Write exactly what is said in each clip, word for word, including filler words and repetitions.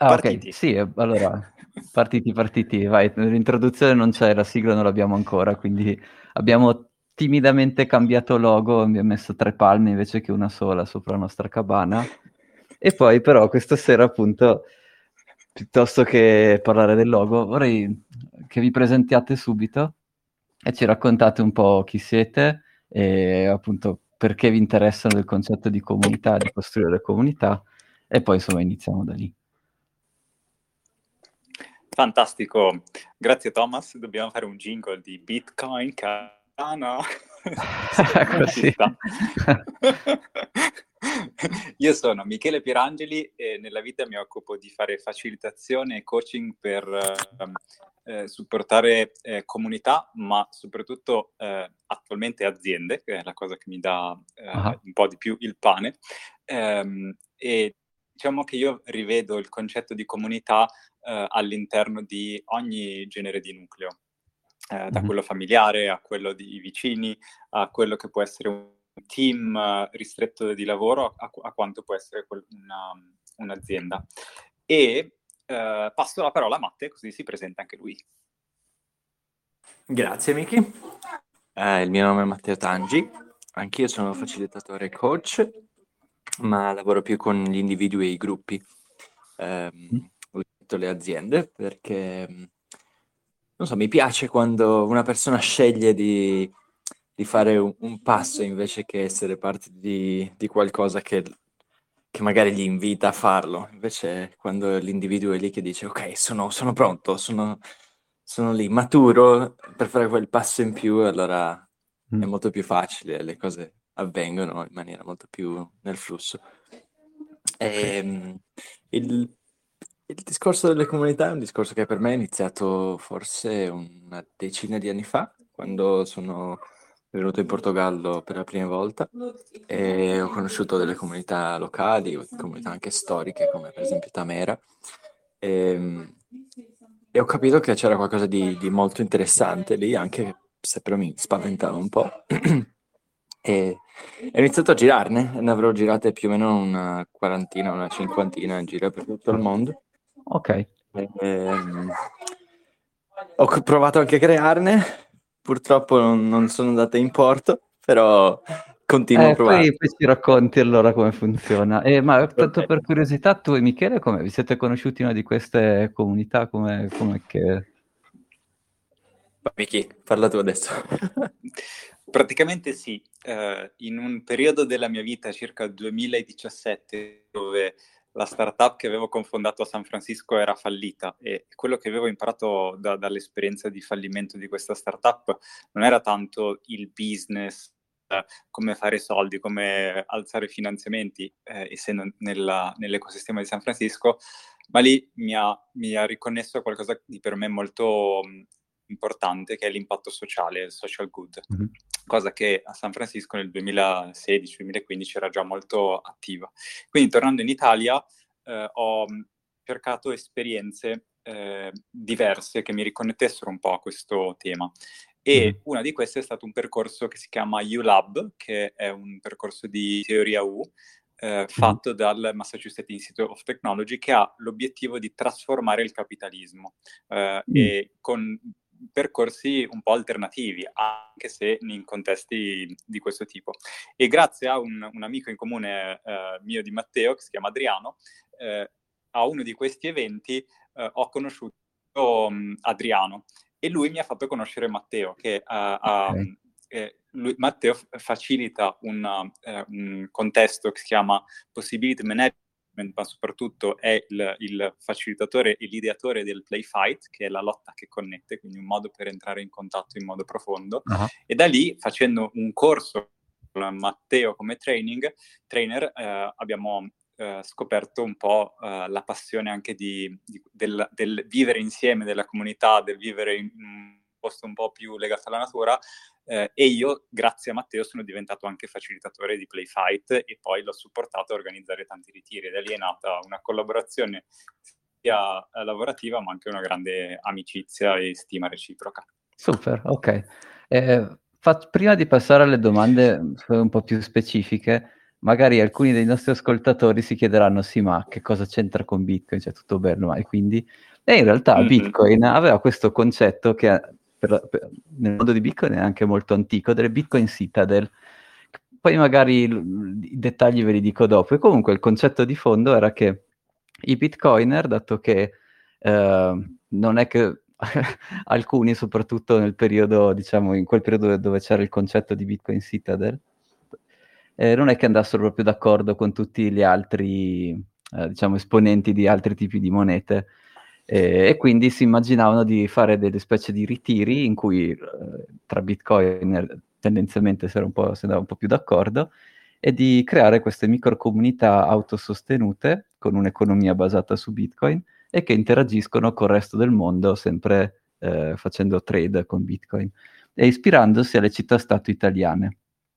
Ah, ok, Partiti. sì, eh, allora, partiti, partiti, vai. L'introduzione non c'è, la sigla non l'abbiamo ancora, quindi abbiamo timidamente cambiato logo, abbiamo messo tre palme invece che una sola sopra la nostra cabana. E poi però questa sera appunto, piuttosto che parlare del logo, vorrei che vi presentiate subito e ci raccontate un po' chi siete e appunto perché vi interessano il concetto di comunità, di costruire comunità, e poi insomma iniziamo da lì. Fantastico, grazie Thomas. Dobbiamo fare un jingle di Bitcoin Cardano. Secondo me ci Così. sta. Io sono Michele Pierangeli e nella vita mi occupo di fare facilitazione e coaching per eh, supportare eh, comunità, ma soprattutto eh, attualmente aziende, che è la cosa che mi dà eh, Ah, un po' di più il pane. Ehm, e diciamo che io rivedo il concetto di comunità eh, all'interno di ogni genere di nucleo, eh, da mhm. quello familiare a quello di vicini, a quello che può essere un team eh, ristretto di lavoro, a, a quanto può essere quel- una, un'azienda. E eh, passo la parola a Matte, così si presenta anche lui. Grazie Miki. Eh, il mio nome è Matteo Tangi, anch'io sono facilitatore e coach, ma lavoro più con gli individui e i gruppi, ehm, rispetto alle aziende, perché non so, mi piace quando una persona sceglie di, di fare un, un passo invece che essere parte di, di qualcosa che, che magari gli invita a farlo. Invece quando l'individuo è lì che dice ok, sono, sono pronto, sono, sono lì, maturo per fare quel passo in più, allora è Mm. molto più facile, le cose avvengono in maniera molto più nel flusso. Ok. Ehm, il, il discorso delle comunità è un discorso che per me è iniziato forse una decina di anni fa, quando sono venuto in Portogallo per la prima volta e ho conosciuto delle comunità locali, comunità anche storiche, come per esempio Tamera, e, e ho capito che c'era qualcosa di, di molto interessante lì, anche se però mi spaventava un po'. E ho iniziato a girarne, ne avrò girate più o meno una quarantina, una cinquantina in giro per tutto il mondo. Ok. Ehm, ho c- provato anche a crearne, purtroppo non, non sono andate in porto, però continuo a Eh, provare. poi, poi ci racconti allora come funziona. Eh, ma tanto Ok. per curiosità, tu e Michele, come vi siete conosciuti in una di queste comunità? Come, come che... Vai, Miki, parla tu adesso. Praticamente sì, eh, in un periodo della mia vita, circa il duemiladiciassette, dove la startup che avevo confondato a San Francisco era fallita e quello che avevo imparato da- dall'esperienza di fallimento di questa startup non era tanto il business, eh, come fare soldi, come alzare finanziamenti, eh, essendo nella- nell'ecosistema di San Francisco, ma lì mi ha, mi ha riconnesso a qualcosa di per me molto mh, importante, che è l'impatto sociale, il social good, Mhm. cosa che a San Francisco nel duemilasedici duemilaquindici era già molto attiva. Quindi tornando in Italia eh, ho cercato esperienze eh, diverse che mi riconnettessero un po' a questo tema. Mhm. E una di queste è stato un percorso che si chiama U-Lab, che è un percorso di teoria U, eh, Mhm. fatto dal Massachusetts Institute of Technology, che ha l'obiettivo di trasformare il capitalismo eh, Mm. e con percorsi un po' alternativi, anche se in contesti di questo tipo. E grazie a un, un amico in comune eh, mio di Matteo, che si chiama Adriano, eh, a uno di questi eventi eh, ho conosciuto um, Adriano e lui mi ha fatto conoscere Matteo, che uh, ha... Ok. Eh, lui, Matteo f- facilita una, eh, un contesto che si chiama Possibility Management, ma soprattutto è il, il facilitatore e l'ideatore del Play Fight, che è la lotta che connette, quindi un modo per entrare in contatto in modo profondo. Ah. E da lì, facendo un corso con Matteo come training, trainer, eh, abbiamo eh, scoperto un po' eh, la passione anche di, di, del, del vivere insieme, della comunità, del vivere in un posto un po' più legato alla natura, eh, e io, grazie a Matteo, sono diventato anche facilitatore di Play Fight e poi l'ho supportato a organizzare tanti ritiri. Da lì è nata una collaborazione sia lavorativa ma anche una grande amicizia e stima reciproca. Super, ok. Eh, fa- prima di passare alle domande un po' più specifiche, magari alcuni dei nostri ascoltatori si chiederanno sì, ma che cosa c'entra con Bitcoin? Cioè tutto bello, ma e quindi... E in realtà Mm-hmm. Bitcoin aveva questo concetto che per, per, nel mondo di Bitcoin è anche molto antico, delle Bitcoin Citadel. Poi magari i dettagli ve li dico dopo. E comunque il concetto di fondo era che i Bitcoiner, dato che eh, non è che alcuni, soprattutto nel periodo, diciamo, in quel periodo dove c'era il concetto di Bitcoin Citadel, eh, non è che andassero proprio d'accordo con tutti gli altri, eh, diciamo, esponenti di altri tipi di monete. Eh, e quindi si immaginavano di fare delle specie di ritiri in cui eh, tra Bitcoin tendenzialmente si, era un po', si andava un po' più d'accordo, e di creare queste microcomunità autosostenute con un'economia basata su Bitcoin e che interagiscono col resto del mondo sempre eh, facendo trade con Bitcoin e ispirandosi alle città-stato italiane.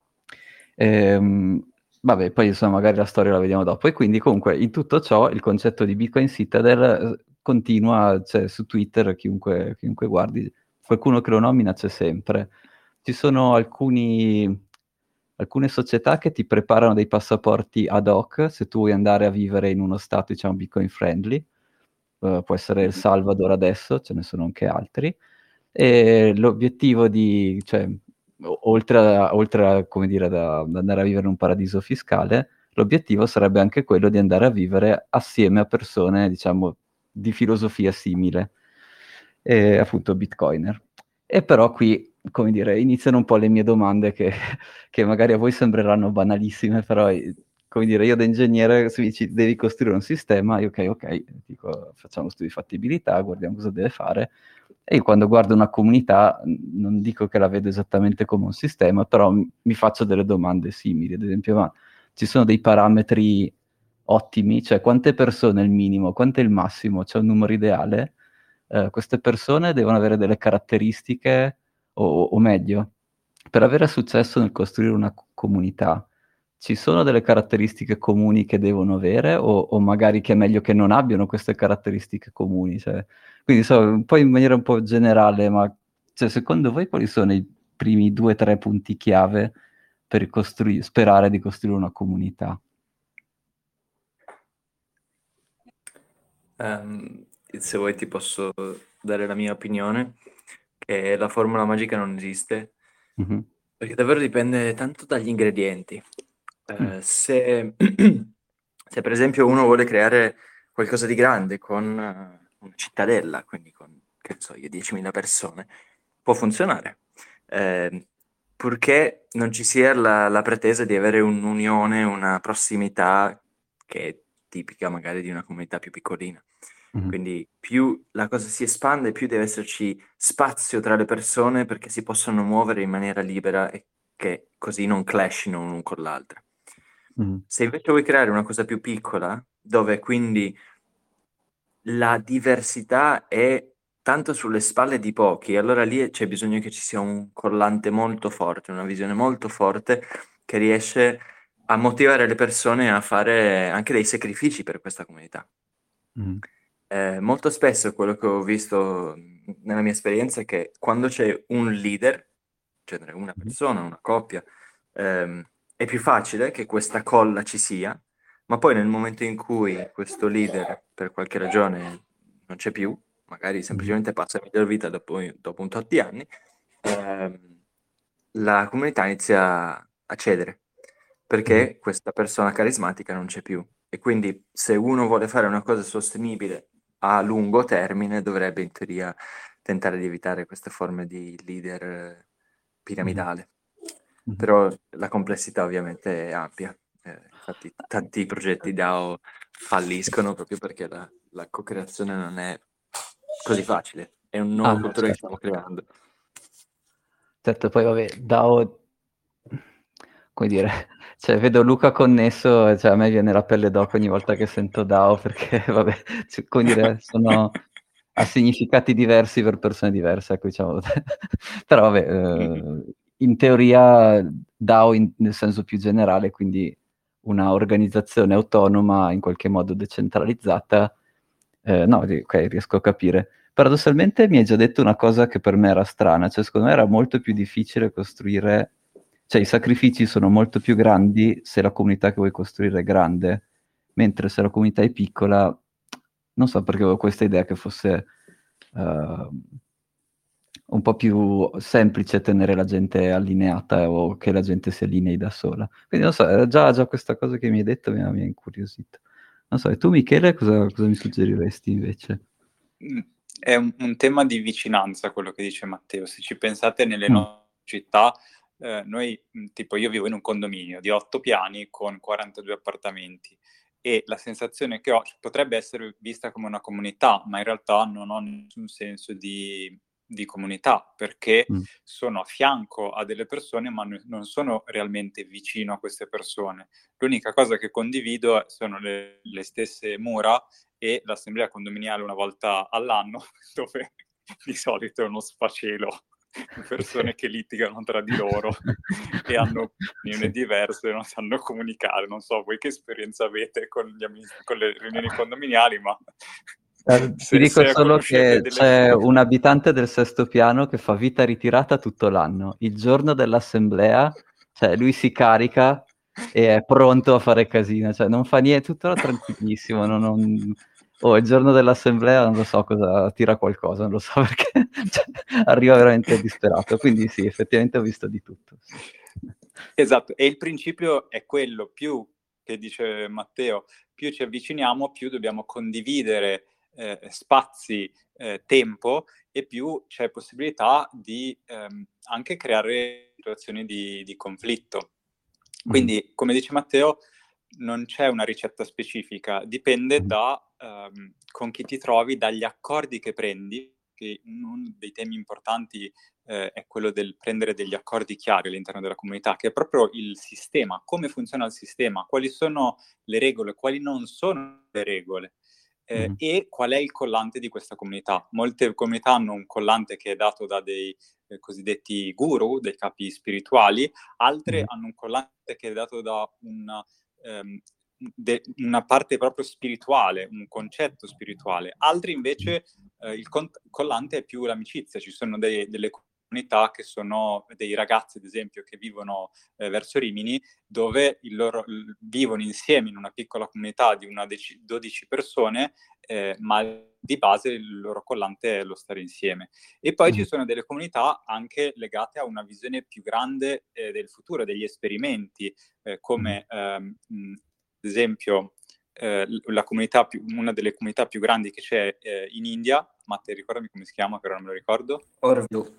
Ehm, vabbè, poi insomma magari la storia la vediamo dopo. E quindi comunque in tutto ciò il concetto di Bitcoin Citadel eh, continua, cioè su Twitter chiunque, chiunque guardi, qualcuno che lo nomina c'è sempre. Ci sono alcuni, alcune società che ti preparano dei passaporti ad hoc se tu vuoi andare a vivere in uno stato, diciamo, Bitcoin friendly. Uh, può essere El Salvador adesso, ce ne sono anche altri. E l'obiettivo di, cioè, oltre a, oltre a come dire, da, ad andare a vivere in un paradiso fiscale, l'obiettivo sarebbe anche quello di andare a vivere assieme a persone, diciamo, di filosofia simile, e appunto Bitcoiner. E però qui, come dire, iniziano un po' le mie domande che, che magari a voi sembreranno banalissime, però, come dire, io da ingegnere, se mi dici devi costruire un sistema, io ok, ok, dico, facciamo studi di fattibilità, guardiamo cosa deve fare. E io quando guardo una comunità, non dico che la vedo esattamente come un sistema, però m- mi faccio delle domande simili. Ad esempio, ma ci sono dei parametri ottimi? Cioè, quante persone è il minimo? Quanto è il massimo? C'è un numero ideale? Eh, queste persone devono avere delle caratteristiche, o, o meglio, per avere successo nel costruire una co- comunità, ci sono delle caratteristiche comuni che devono avere, o, o magari che è meglio che non abbiano queste caratteristiche comuni? Cioè, quindi so, un po' in maniera un po' generale, ma cioè, secondo voi quali sono i primi due o tre punti chiave per costru- sperare di costruire una comunità? Um, se vuoi ti posso dare la mia opinione, che la formula magica non esiste, Mm-hmm. perché davvero dipende tanto dagli ingredienti. Uh, Mm. se, se per esempio uno vuole creare qualcosa di grande con uh, una cittadella, quindi con, che so io, diecimila persone, può funzionare, eh, purché non ci sia la, la pretesa di avere un'unione, una prossimità che è tipica magari di una comunità più piccolina. Mm-hmm. Quindi più la cosa si espande, più deve esserci spazio tra le persone perché si possano muovere in maniera libera e che così non clashino l'un con l'altra. Mm-hmm. Se invece vuoi creare una cosa più piccola, dove quindi la diversità è tanto sulle spalle di pochi, allora lì c'è bisogno che ci sia un collante molto forte, una visione molto forte che riesce a motivare le persone a fare anche dei sacrifici per questa comunità. Mm-hmm. Eh, molto spesso quello che ho visto nella mia esperienza è che quando c'è un leader, cioè una persona, una coppia, ehm, è più facile che questa colla ci sia, ma poi nel momento in cui questo leader per qualche ragione non c'è più, magari semplicemente passa a miglior vita dopo, dopo un tot di anni, ehm, la comunità inizia a cedere perché questa persona carismatica non c'è più. E quindi se uno vuole fare una cosa sostenibile a lungo termine, dovrebbe in teoria tentare di evitare queste forme di leader eh, piramidale. Mm-hmm. Però la complessità ovviamente è ampia. Eh, infatti tanti progetti DAO falliscono proprio perché la, la co-creazione non è così facile. È una nuova Ah, cultura che certo. stiamo creando. Certo, poi vabbè, DAO, come dire, cioè vedo Luca connesso, cioè a me viene la pelle d'oca ogni volta che sento DAO, perché vabbè, cioè, come dire, sono a significati diversi per persone diverse, ecco, diciamo. Però vabbè, eh, in teoria DAO in- nel senso più generale, quindi una organizzazione autonoma, in qualche modo decentralizzata, eh, no, ri- ok, riesco a capire. Paradossalmente mi hai già detto una cosa che per me era strana, cioè secondo me era molto più difficile costruire, cioè i sacrifici sono molto più grandi se la comunità che vuoi costruire è grande, mentre se la comunità è piccola, non so perché avevo questa idea che fosse uh, un po' più semplice tenere la gente allineata o che la gente si allinei da sola. Quindi non so, era già, già questa cosa che mi hai detto mi ha, mi ha incuriosito. Non so, e tu Michele cosa, cosa mi suggeriresti invece? È un, un tema di vicinanza quello che dice Matteo. Se ci pensate nelle Mm. nostre città, eh, noi, tipo io vivo in un condominio di otto piani con quarantadue appartamenti e la sensazione che ho potrebbe essere vista come una comunità, ma in realtà non ho nessun senso di, di comunità, perché Mm. sono a fianco a delle persone ma n- non sono realmente vicino a queste persone. L'unica cosa che condivido sono le, le stesse mura e l'assemblea condominiale una volta all'anno, dove di solito è uno sfacelo di persone Sì. che litigano tra di loro e hanno opinioni Sì. diverse, non sanno comunicare. Non so voi che esperienza avete con, gli amministra- con le riunioni condominiali, ma Eh, ti se, dico se solo conoscete che delle... c'è un abitante del sesto piano che fa vita ritirata tutto l'anno. Il giorno dell'assemblea, cioè lui si carica e è pronto a fare casino, cioè non fa niente, tutto tranquillissimo. Non, non... Oh, il giorno dell'assemblea non lo so cosa, tira qualcosa, non lo so perché cioè, arriva veramente disperato. Quindi sì, effettivamente ho visto di tutto. Sì. Esatto, e il principio è quello, più che dice Matteo, più ci avviciniamo, più dobbiamo condividere eh, spazi, eh, tempo e più c'è possibilità di ehm, anche creare situazioni di, di conflitto. Quindi, come dice Matteo, non c'è una ricetta specifica, dipende Mm. da ehm, con chi ti trovi, dagli accordi che prendi, che uno dei temi importanti eh, è quello del prendere degli accordi chiari all'interno della comunità, che è proprio il sistema, come funziona il sistema, quali sono le regole, quali non sono le regole. Eh, Mm. e qual è il collante di questa comunità. Molte comunità hanno un collante che è dato da dei eh, cosiddetti guru, dei capi spirituali, altre Mm. hanno un collante che è dato da una, ehm, de- una parte proprio spirituale, un concetto spirituale. Altri invece eh, il con- collante è più l'amicizia, ci sono dei, delle comunità che sono dei ragazzi, ad esempio, che vivono eh, verso Rimini, dove il loro, l- vivono insieme in una piccola comunità di una dec- dodici persone, eh, ma di base il loro collante è lo stare insieme. E poi Mm. ci sono delle comunità anche legate a una visione più grande eh, del futuro, degli esperimenti, eh, come ehm, mh, ad esempio eh, la comunità più, una delle comunità più grandi che c'è eh, in India. Matte, ricordami come si chiama, che ora non me lo ricordo. Orville.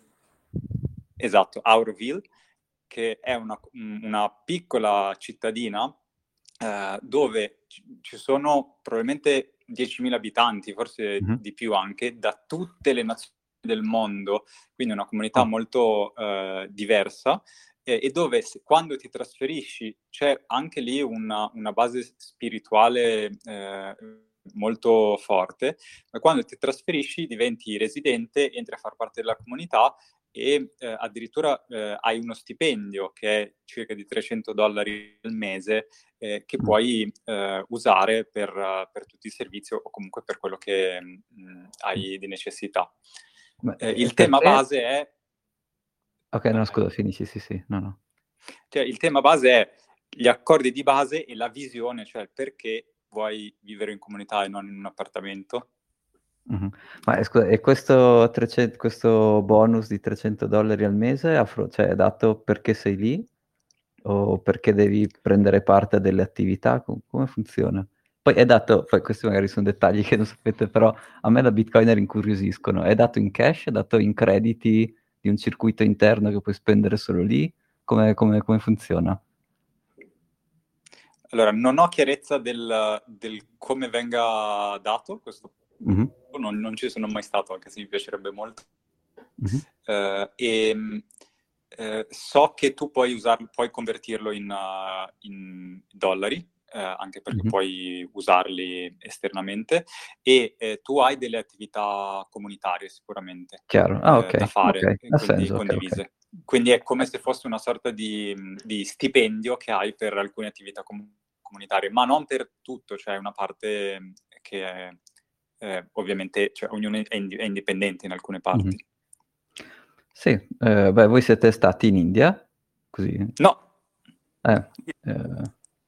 Esatto, Auroville, che è una, una piccola cittadina eh, dove ci sono probabilmente diecimila abitanti, forse Mm. di più anche, da tutte le nazioni del mondo, quindi una comunità Oh. molto eh, diversa, eh, e dove se, quando ti trasferisci c'è anche lì una, una base spirituale eh, molto forte, ma quando ti trasferisci diventi residente, entri a far parte della comunità e eh, addirittura eh, hai uno stipendio che è circa di trecento dollari al mese eh, che Mm. puoi eh, usare per, uh, per tutti i servizi o comunque per quello che mh, hai di necessità. Ma, Eh, eh, il per tema te... base è... Ok, no, scusa, finisci, sì, sì, no, no. Cioè, il tema base è gli accordi di base e la visione, cioè perché vuoi vivere in comunità e non in un appartamento. Mm-hmm. Ma scusa, e questo, trecento, questo bonus di trecento dollari al mese affro- cioè, è dato perché sei lì o perché devi prendere parte a delle attività? Com- come funziona? Poi è dato, poi questi magari sono dettagli che non sapete, però a me da Bitcoiner incuriosiscono. È dato in cash, è dato in crediti di un circuito interno che puoi spendere solo lì? Come, come- come funziona? Allora, non ho chiarezza del, del come venga dato, questo Mm-hmm. non, non ci sono mai stato, anche se mi piacerebbe molto. Mm-hmm. Uh, e uh, so che tu puoi usarlo, puoi convertirlo in, uh, in dollari, uh, anche perché Mm-hmm. puoi usarli esternamente, e uh, tu hai delle attività comunitarie sicuramente Chiaro. Ah, uh, ok, da fare, ok, ha quindi senso, ok, condivise. ok. Quindi è come se fosse una sorta di, di stipendio che hai per alcune attività com- comunitarie, ma non per tutto, cioè una parte che è, eh, ovviamente, cioè, ognuno è, ind- è indipendente in alcune parti. Mm-hmm. Sì, eh, beh, voi siete stati in India, così? No. Eh, eh.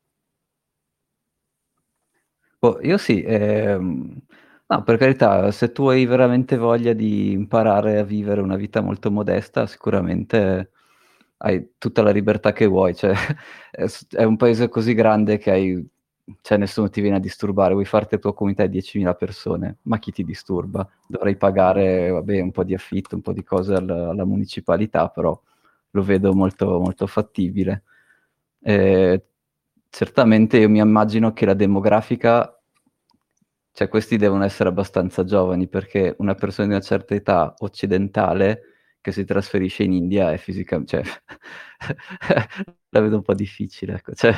Oh, io sì, ehm, no, per carità, se tu hai veramente voglia di imparare a vivere una vita molto modesta, sicuramente hai tutta la libertà che vuoi, cioè è, s- è un paese così grande che hai, cioè nessuno ti viene a disturbare, vuoi farti la tua comunità di diecimila persone, ma chi ti disturba? Dovrai pagare, vabbè, un po' di affitto, un po' di cose alla, alla municipalità, però lo vedo molto, molto fattibile. Eh, certamente io mi immagino che la demografica, cioè questi devono essere abbastanza giovani, perché una persona di una certa età occidentale che si trasferisce in India è fisicamente, cioè, la vedo un po' difficile, ecco. Cioè,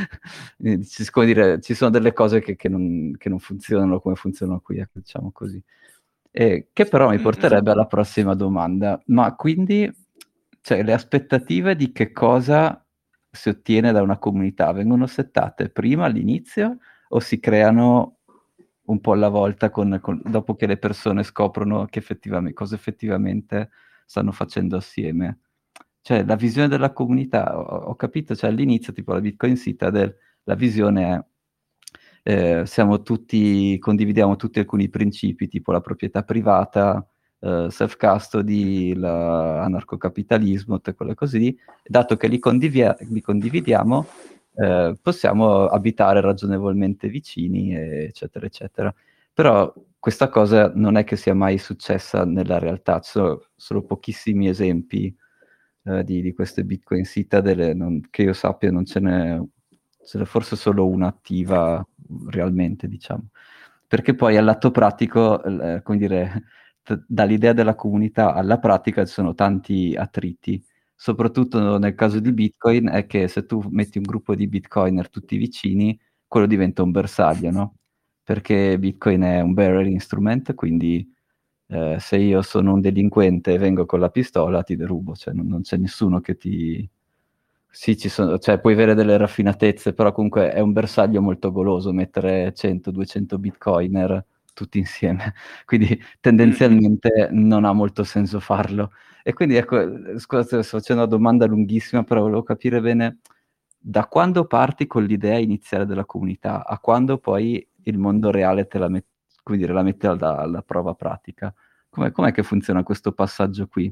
ci, come dire, ci sono delle cose che, che non, che non funzionano come funzionano qui, ecco, diciamo così. E che però mi porterebbe alla prossima domanda, ma quindi, cioè, le aspettative di che cosa si ottiene da una comunità vengono settate prima all'inizio o si creano un po' alla volta con, con- dopo che le persone scoprono che effettivamente, cosa effettivamente stanno facendo assieme? Cioè, la visione della comunità, ho, ho capito, cioè all'inizio, tipo la Bitcoin Citadel, la visione è, eh, siamo tutti, condividiamo tutti alcuni principi, tipo la proprietà privata, eh, self-custody, l'anarcocapitalismo, tutte quelle cose lì, dato che li, condivia- li condividiamo, eh, possiamo abitare ragionevolmente vicini, e eccetera, eccetera. Però questa cosa non è che sia mai successa nella realtà, ci sono solo pochissimi esempi eh, di, di queste Bitcoin Citadel, non- che io sappia non ce n'è, ce n'è forse solo una attiva realmente, diciamo. Perché poi al lato pratico, eh, come dire, t- dall'idea della comunità alla pratica ci sono tanti attriti, soprattutto nel caso di Bitcoin, è che se tu metti un gruppo di Bitcoiner tutti vicini, quello diventa un bersaglio, no? Perché Bitcoin è un bearer instrument, quindi eh, se io sono un delinquente e vengo con la pistola, ti derubo, cioè non, non c'è nessuno che ti... Sì, ci sono, cioè puoi avere delle raffinatezze, però comunque è un bersaglio molto goloso mettere cento duecento bitcoiner tutti insieme, quindi tendenzialmente non ha molto senso farlo. E quindi ecco, eh, scusate, sto facendo una domanda lunghissima, però volevo capire bene da quando parti con l'idea iniziale della comunità a quando poi il mondo reale te la, met- come dire, la mette alla, alla prova pratica. Come, com'è che funziona questo passaggio qui?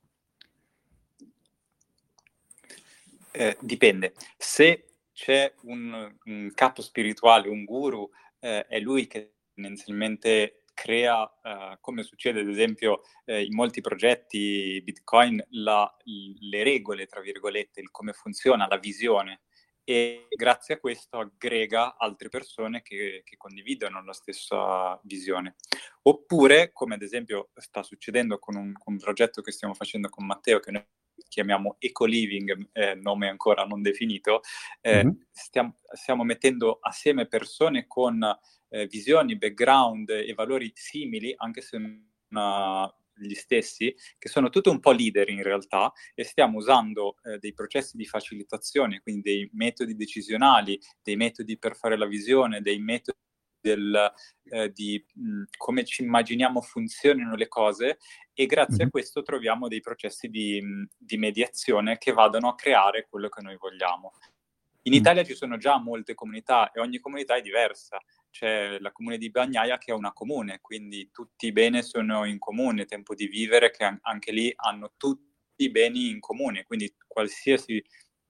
Eh, dipende. Se c'è un, un capo spirituale, un guru, eh, è lui che tendenzialmente crea, eh, come succede ad esempio eh, in molti progetti Bitcoin, la- le regole, tra virgolette, il come funziona, la visione. E grazie a questo aggrega altre persone che, che condividono la stessa visione. Oppure, come ad esempio sta succedendo con un, con un progetto che stiamo facendo con Matteo, che noi chiamiamo eco-living, eh, nome ancora non definito, eh, Mhm. stiamo, stiamo mettendo assieme persone con eh, visioni, background e valori simili, anche se non gli stessi, che sono tutti un po' leader in realtà, e stiamo usando eh, dei processi di facilitazione, quindi dei metodi decisionali, dei metodi per fare la visione, dei metodi del, eh, di mh, come ci immaginiamo funzionino le cose, e grazie Mhm. a questo troviamo dei processi di, di mediazione che vadano a creare quello che noi vogliamo. In Mm. Italia ci sono già molte comunità e ogni comunità è diversa. C'è la comune di Bagnaia che è una comune, quindi tutti i beni sono in comune, Tempo di Vivere che anche lì hanno tutti i beni in comune, quindi qualsiasi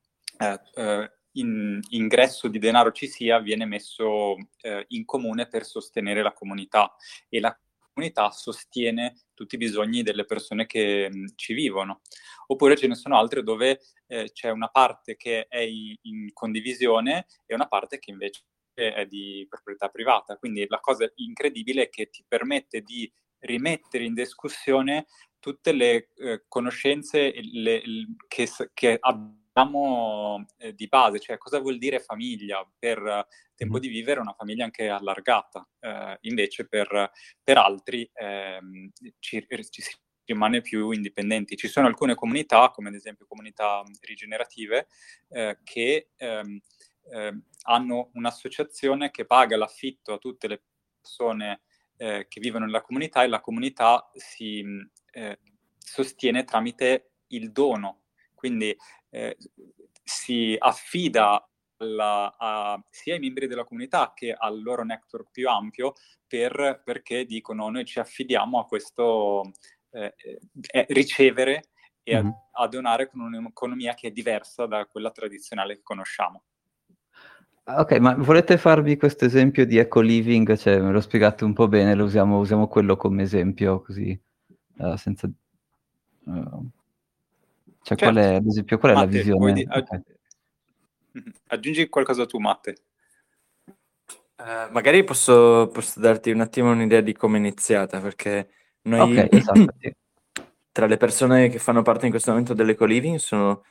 eh, eh, in, ingresso di denaro ci sia viene messo eh, in comune per sostenere la comunità, e la comunità sostiene tutti i bisogni delle persone che mh, ci vivono. Oppure ce ne sono altre dove eh, c'è una parte che è in, in condivisione e una parte che invece è di proprietà privata. Quindi la cosa incredibile è che ti permette di rimettere in discussione tutte le eh, conoscenze le, le, che, che abbiamo eh, di base, cioè cosa vuol dire famiglia. Per uh, Tempo Mhm. di Vivere una famiglia anche allargata, eh, invece per, per altri ehm, ci, ci si rimane più indipendenti. Ci sono alcune comunità, come ad esempio comunità rigenerative, eh, che ehm, eh, hanno un'associazione che paga l'affitto a tutte le persone eh, che vivono nella comunità, e la comunità si eh, sostiene tramite il dono. Quindi eh, si affida alla, a, sia ai membri della comunità che al loro network più ampio, per, perché dicono noi ci affidiamo a questo eh, eh, ricevere e a, Mhm. a donare con un'economia che è diversa da quella tradizionale che conosciamo. Ah, ok, ma volete farvi questo esempio di eco-living? Cioè, me lo spiegate un po' bene, lo usiamo, usiamo quello come esempio, così, eh, senza... eh, cioè, qual Certo. è, ad esempio, qual è la Matte, vuoi visione? di- ag- Ok. aggiungi qualcosa tu, Matte? Eh, magari posso, posso darti un attimo un'idea di come è iniziata, perché Ok, noi, esatto, sì. tra le persone che fanno parte in questo momento dell'eco-living, sono,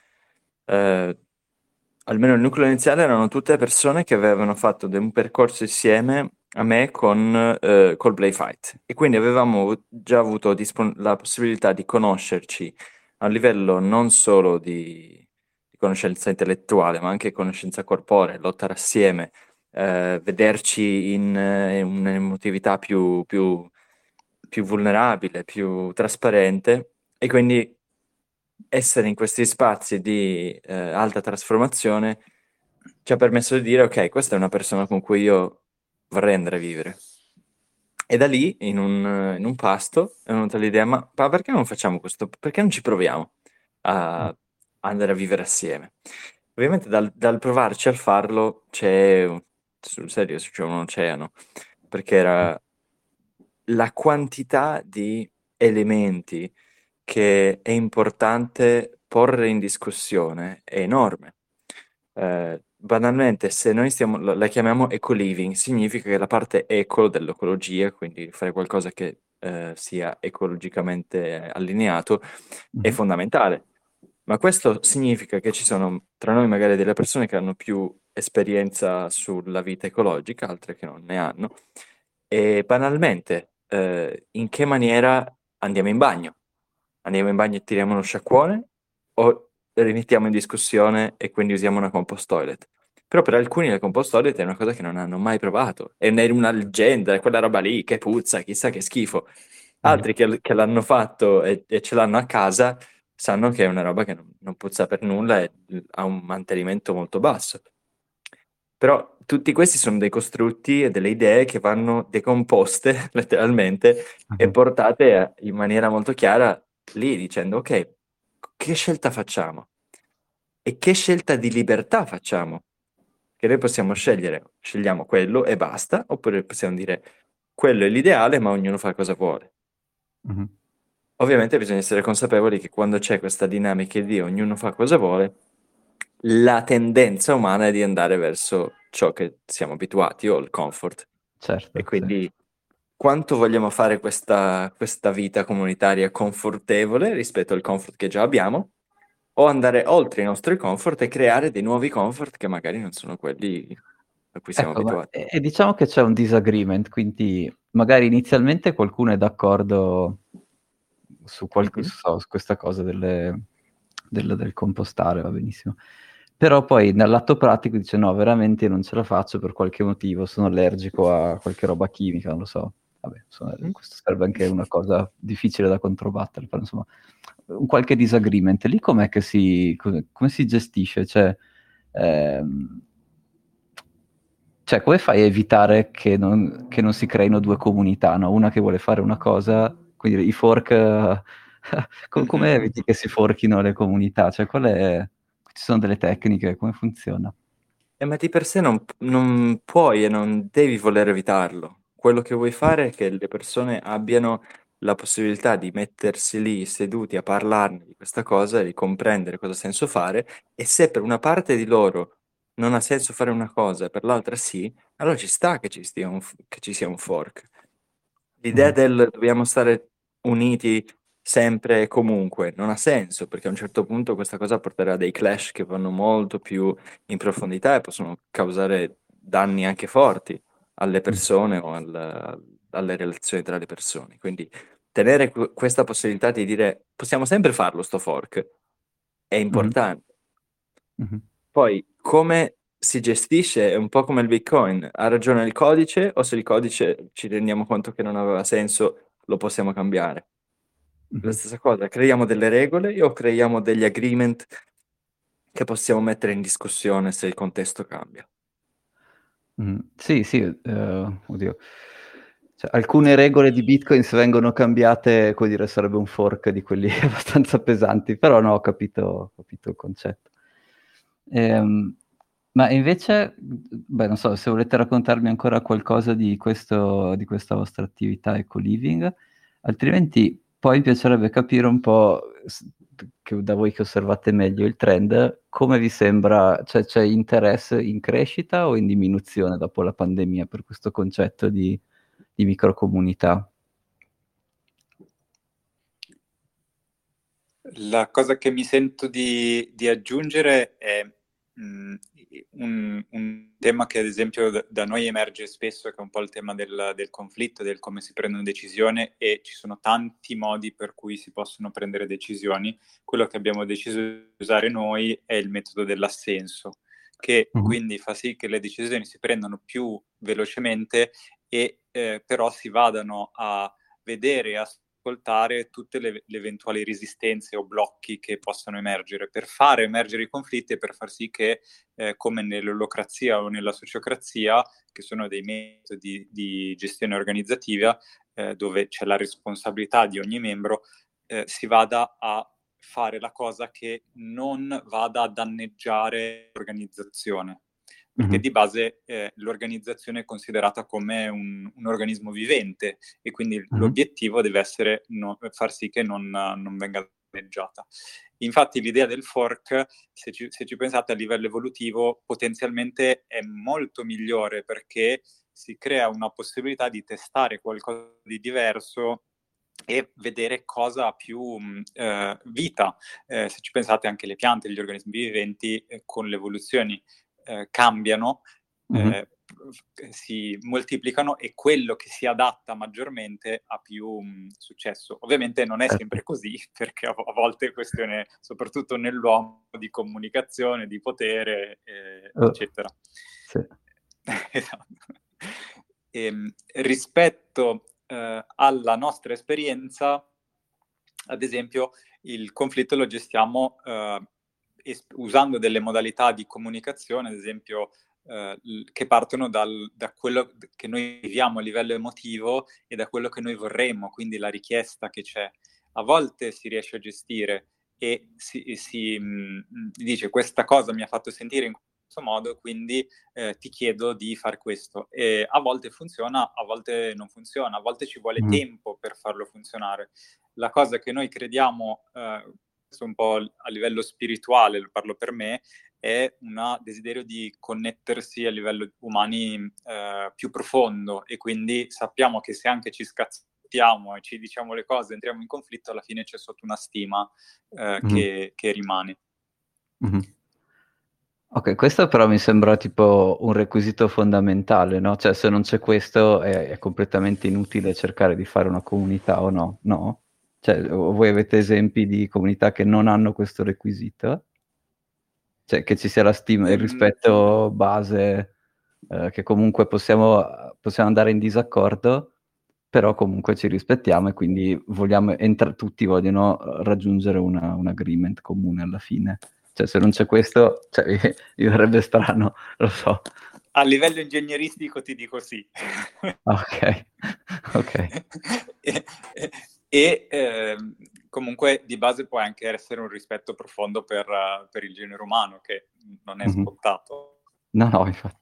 eh, almeno il nucleo iniziale, erano tutte persone che avevano fatto de- un percorso insieme a me con eh, col Play Fight. E quindi avevamo già avuto dispon- la possibilità di conoscerci a un livello non solo di, di conoscenza intellettuale, ma anche conoscenza corporea, lottare assieme, eh, vederci in, eh, un'emotività più, più, più vulnerabile, più trasparente, e quindi essere in questi spazi di eh, alta trasformazione ci ha permesso di dire, ok, questa è una persona con cui io vorrei andare a vivere. E da lì, in un, in un pasto, è venuta l'idea, ma, ma perché non facciamo questo? Perché non ci proviamo a, a andare a vivere assieme? Ovviamente dal, dal provarci al farlo c'è, un- sul serio, c'è un oceano, perché era la quantità di elementi che è importante porre in discussione è enorme. Eh, banalmente, se noi stiamo, la la chiamiamo eco-living, significa che la parte eco dell'ecologia, quindi fare qualcosa che eh, sia ecologicamente allineato, è Mhm. fondamentale. Ma questo significa che ci sono tra noi magari delle persone che hanno più esperienza sulla vita ecologica, altre che non ne hanno, e banalmente, eh, in che maniera andiamo in bagno? Andiamo in bagno e tiriamo uno sciacquone o rimettiamo in discussione e quindi usiamo una compost toilet? Però per alcuni la compost toilet è una cosa che non hanno mai provato, è una una leggenda, è quella roba lì che puzza, chissà che schifo. Mhm. Altri che, l- che l'hanno fatto e, e ce l'hanno a casa sanno che è una roba che non, non puzza per nulla e ha un mantenimento molto basso. Però tutti questi sono dei costrutti e delle idee che vanno decomposte letteralmente e Mhm. portate a- in maniera molto chiara lì dicendo ok, che scelta facciamo? E che scelta di libertà facciamo? Che noi possiamo scegliere, scegliamo quello e basta, oppure possiamo dire quello è l'ideale, ma ognuno fa cosa vuole. Mhm. Ovviamente bisogna essere consapevoli che quando c'è questa dinamica di ognuno fa cosa vuole, la tendenza umana è di andare verso ciò che siamo abituati o il comfort. E Certo, sì. quindi quanto vogliamo fare questa, questa vita comunitaria confortevole rispetto al comfort che già abbiamo, o andare oltre i nostri comfort e creare dei nuovi comfort che magari non sono quelli a cui siamo Ecco, ma abituati. e, e diciamo che c'è un disagreement, quindi magari inizialmente qualcuno è d'accordo su, qualche, Mhm. so, su questa cosa delle- del, del compostare, va benissimo. Però poi nell'atto pratico dice no, veramente non ce la faccio per qualche motivo, sono allergico a qualche roba chimica, non lo so. Vabbè, insomma, Mm. questo sarebbe anche una cosa difficile da controbattere, però insomma, un qualche disagreement. Lì com'è che si, come, come si gestisce? Cioè, ehm, cioè, come fai a evitare che non, che non si creino due comunità, no? Una che vuole fare una cosa, quindi i fork, eh, co- come Mhm. eviti che si forchino le comunità? Cioè, qual è... Ci sono delle tecniche, come funziona? Eh, ma di per sé non, non puoi e non devi voler evitarlo. Quello che vuoi fare è che le persone abbiano la possibilità di mettersi lì seduti a parlarne di questa cosa e di comprendere cosa ha senso fare, e se per una parte di loro non ha senso fare una cosa e per l'altra sì, allora ci sta che ci stia un, f- che ci sia un fork. L'idea Mhm. del dobbiamo stare uniti sempre e comunque non ha senso, perché a un certo punto questa cosa porterà a dei clash che vanno molto più in profondità e possono causare danni anche forti alle Mm. persone o al- alle relazioni tra le persone. Quindi tenere que- questa possibilità di dire possiamo sempre farlo sto fork è Mhm. importante. Mhm. Poi, come si gestisce è un po' come il Bitcoin. Ha ragione il codice o se il codice ci rendiamo conto che non aveva senso, lo possiamo cambiare? La Mhm. stessa cosa, creiamo delle regole o creiamo degli agreement che possiamo mettere in discussione se il contesto cambia. Mm, sì, sì, eh, oddio. Cioè, alcune regole di Bitcoin se vengono cambiate, come dire, sarebbe un fork di quelli abbastanza pesanti, però no, ho capito, ho capito il concetto. Ehm, ma invece, beh, non so, se volete raccontarmi ancora qualcosa di questo, di questa vostra attività eco-living, altrimenti poi mi piacerebbe capire un po', s- che da voi che osservate meglio il trend, come vi sembra, cioè c'è interesse in crescita o in diminuzione dopo la pandemia per questo concetto di, di microcomunità? La cosa che mi sento di, di aggiungere è mh, un, un tema che ad esempio da, da noi emerge spesso, che è un po' il tema del, del conflitto, del come si prendono decisioni, e ci sono tanti modi per cui si possono prendere decisioni. Quello che abbiamo deciso di usare noi è il metodo dell'assenso, che Mhm. quindi fa sì che le decisioni si prendano più velocemente e eh, però si vadano a vedere e ascoltare tutte le, le eventuali resistenze o blocchi che possano emergere per fare emergere i conflitti e per far sì che, eh, come nell'olocrazia o nella sociocrazia, che sono dei metodi di gestione organizzativa, eh, dove c'è la responsabilità di ogni membro, eh, si vada a fare la cosa che non vada a danneggiare l'organizzazione. Perché Mhm. di base eh, l'organizzazione è considerata come un, un organismo vivente e quindi Mhm. l'obiettivo deve essere no, far sì che non, non venga danneggiata. Infatti l'idea del fork, se ci, se ci pensate a livello evolutivo, potenzialmente è molto migliore perché si crea una possibilità di testare qualcosa di diverso e vedere cosa ha più mh, eh, vita. Eh, se ci pensate, anche le piante, gli organismi viventi, eh, con le evoluzioni eh, cambiano, Mhm. eh, si moltiplicano e quello che si adatta maggiormente ha più mh, successo. Ovviamente non è Certo. sempre così, perché a, a volte è questione, soprattutto nell'uomo, di comunicazione, di potere, eh, Oh, eccetera. sì. Esatto. E, rispetto eh, alla nostra esperienza, ad esempio, il conflitto lo gestiamo eh, es- usando delle modalità di comunicazione, ad esempio, eh, che partono dal, da quello che noi viviamo a livello emotivo e da quello che noi vorremmo, quindi la richiesta che c'è. A volte si riesce a gestire e si, si mh, dice questa cosa mi ha fatto sentire in questo modo, quindi eh, ti chiedo di fare questo. E a volte funziona, a volte non funziona, a volte ci vuole Mhm. tempo per farlo funzionare. La cosa che noi crediamo, eh, un po' a livello spirituale, lo parlo per me, è un desiderio di connettersi a livello umani eh, più profondo e quindi sappiamo che se anche ci scazziamo e ci diciamo le cose, entriamo in conflitto, alla fine c'è sotto una stima eh, Mhm. che, che rimane. Mhm. Ok, questo però mi sembra tipo un requisito fondamentale, no? Cioè, se non c'è questo è, è completamente inutile cercare di fare una comunità o no? No? Cioè, o voi avete esempi di comunità che non hanno questo requisito? Cioè, che ci sia la stima, il Ehm, rispetto base, eh, che comunque possiamo, possiamo andare in disaccordo, però comunque ci rispettiamo e quindi vogliamo, entra- tutti vogliono raggiungere una- un agreement comune alla fine. Cioè, se non c'è questo, cioè, mi verrebbe strano, lo so. A livello ingegneristico ti dico sì. Ok, ok. e e ehm, comunque di base può anche essere un rispetto profondo per, uh, per il genere umano, che non è Mhm. scontato. No, no, infatti.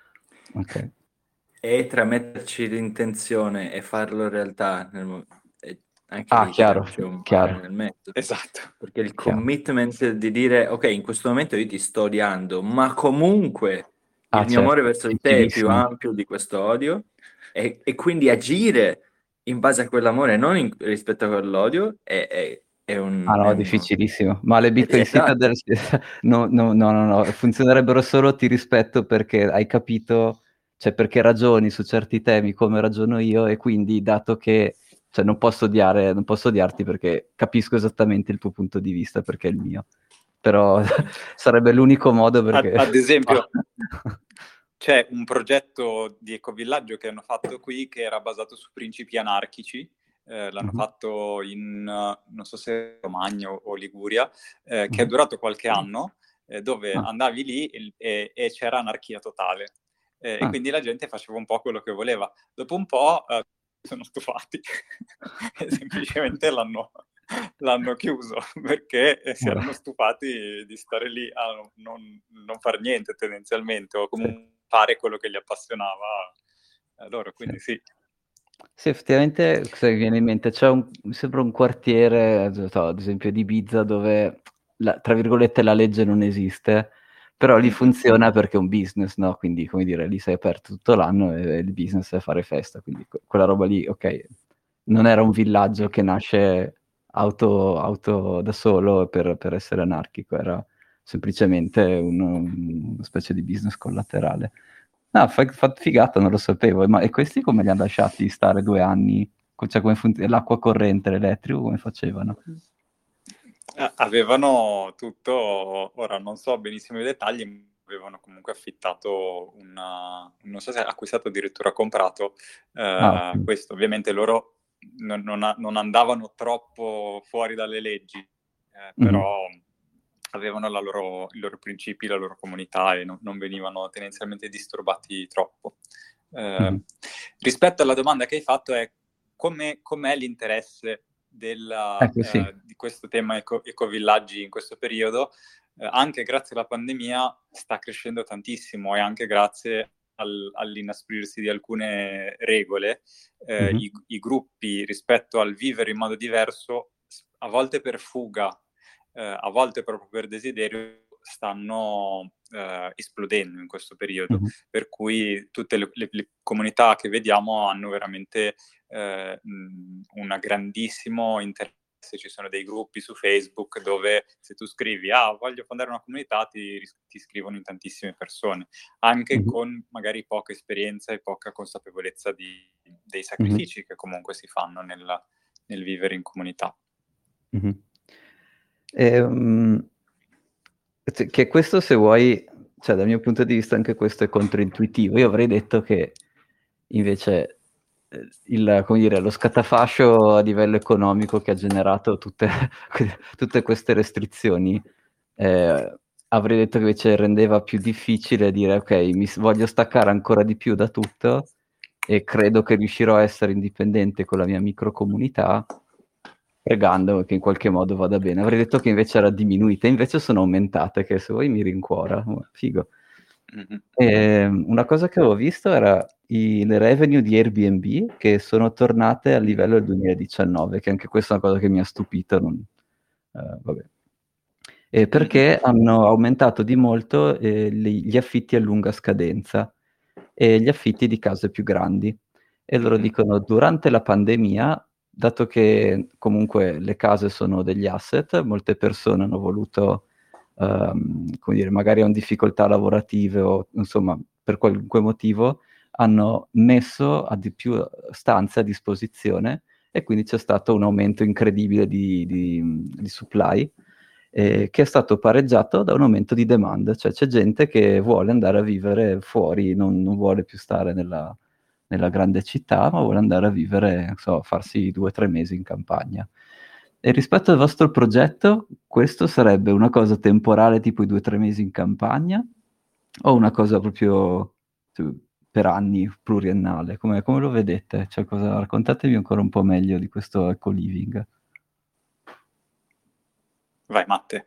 Ok. E tra metterci l'intenzione e farlo in realtà, nel mo- e anche Ah, lì c'è chiaro, c'è un mare chiaro, nel mezzo. Esatto. Perché il chiaro. commitment di dire, ok, in questo momento io ti sto odiando, ma comunque Ah, il mio amore certo, verso di te è più difficilissimo. ampio di questo odio, e, e quindi agire in base a quell'amore, non in- rispetto a quell'odio, è, è- è Ah un... è no, uno- difficilissimo. Ma le è- Bitcoin esatto. Citadel no, no, no, no, no, funzionerebbero solo ti rispetto perché hai capito, cioè perché ragioni su certi temi come ragiono io e quindi dato che cioè, non posso odiare, non posso odiarti perché capisco esattamente il tuo punto di vista perché è il mio. Però sarebbe l'unico modo Ad, perché... ad esempio, c'è un progetto di ecovillaggio che hanno fatto qui che era basato su principi anarchici. Eh, l'hanno Mhm, fatto in, uh, non so se Romagna o, o Liguria, eh, che è mhm, durato qualche anno. eh, dove Ah. andavi lì e, e- e c'era anarchia totale. Eh, E Ah. quindi la gente faceva un po' quello che voleva. Dopo un po' eh, sono stufati e semplicemente l'hanno, l'hanno chiuso perché eh, si Vabbè. erano stufati di stare lì a non, non- non fare niente tendenzialmente, o Sì. comunque fare quello che li appassionava a loro, quindi sì. Sì, effettivamente, cosa mi viene in mente? C'è un, mi sembra un quartiere, non so, ad esempio di Ibiza, dove, la- tra virgolette, la legge non esiste, però lì Mhm. funziona perché è un business, no? Quindi, come dire, lì sei aperto tutto l'anno e il business è fare festa, quindi que- quella roba lì, ok, non era un villaggio che nasce auto, auto da solo per, per essere anarchico, era semplicemente uno- una specie di business collaterale. No, fa, fa figata, non lo sapevo. Ma e questi come li hanno lasciati stare due anni? Co- Cioè, come funziona? L'acqua corrente, l'elettrico, come facevano? Eh, Avevano tutto, ora non so benissimo i dettagli, ma avevano comunque affittato una, non so se acquistato addirittura comprato, eh, Ah, ok. questo. Ovviamente loro non, non a- non andavano troppo fuori dalle leggi, eh, Mhm. però avevano la loro- i loro principi, la loro comunità e non, non venivano tendenzialmente disturbati troppo. Eh, Mhm. Rispetto alla domanda che hai fatto è come, com'è l'interesse della, Ecco, sì. eh, di questo tema eco, ecovillaggi in questo periodo, eh, anche grazie alla pandemia sta crescendo tantissimo e anche grazie al, all'inasprirsi di alcune regole, eh, Mhm. i, i gruppi rispetto al vivere in modo diverso, a volte per fuga, eh, a volte proprio per desiderio, stanno eh, esplodendo in questo periodo, Mhm. per cui tutte le, le, le comunità che vediamo hanno veramente eh, un grandissimo interesse. Ci sono dei gruppi su Facebook dove se tu scrivi ah voglio fondare una comunità ti, ti scrivono in tantissime persone, anche Mhm. con magari poca esperienza e poca consapevolezza di, dei Mhm. sacrifici che comunque si fanno nel, nel vivere in comunità. Mhm. Ehm, che che questo, se vuoi, cioè dal mio punto di vista anche questo è controintuitivo. Io avrei detto che invece eh, il, come dire, lo scatafascio a livello economico che ha generato tutte, tutte queste restrizioni, eh, avrei detto che invece rendeva più difficile dire ok, mi s- voglio staccare ancora di più da tutto e credo che riuscirò a essere indipendente con la mia microcomunità, pregando che in qualche modo vada bene. Avrei detto che invece era diminuita, invece sono aumentate, che se vuoi mi rincuora. Oh, figo. Mm-hmm. E, una cosa che avevo visto era i, le revenue di Airbnb che sono tornate al livello del duemiladiciannove, che anche questa è una cosa che mi ha stupito. Non, eh, vabbè. E perché hanno aumentato di molto eh, gli, gli affitti a lunga scadenza e gli affitti di case più grandi. E loro Mm-hmm. dicono, durante la pandemia, dato che comunque le case sono degli asset, molte persone hanno voluto, ehm, come dire, magari hanno difficoltà lavorative o insomma, per qualunque motivo, hanno messo a di più stanze a disposizione e quindi c'è stato un aumento incredibile di, di, di supply, eh, che è stato pareggiato da un aumento di demand, cioè c'è gente che vuole andare a vivere fuori, non, non vuole più stare nella, nella grande città, ma vuole andare a vivere, non so, farsi due o tre mesi in campagna. E rispetto al vostro progetto, questo sarebbe una cosa temporale, tipo i due o tre mesi in campagna, o una cosa proprio cioè, per anni, pluriennale? Come, come lo vedete? Cioè, cosa, raccontatemi ancora un po' meglio di questo eco-living. Vai Matte.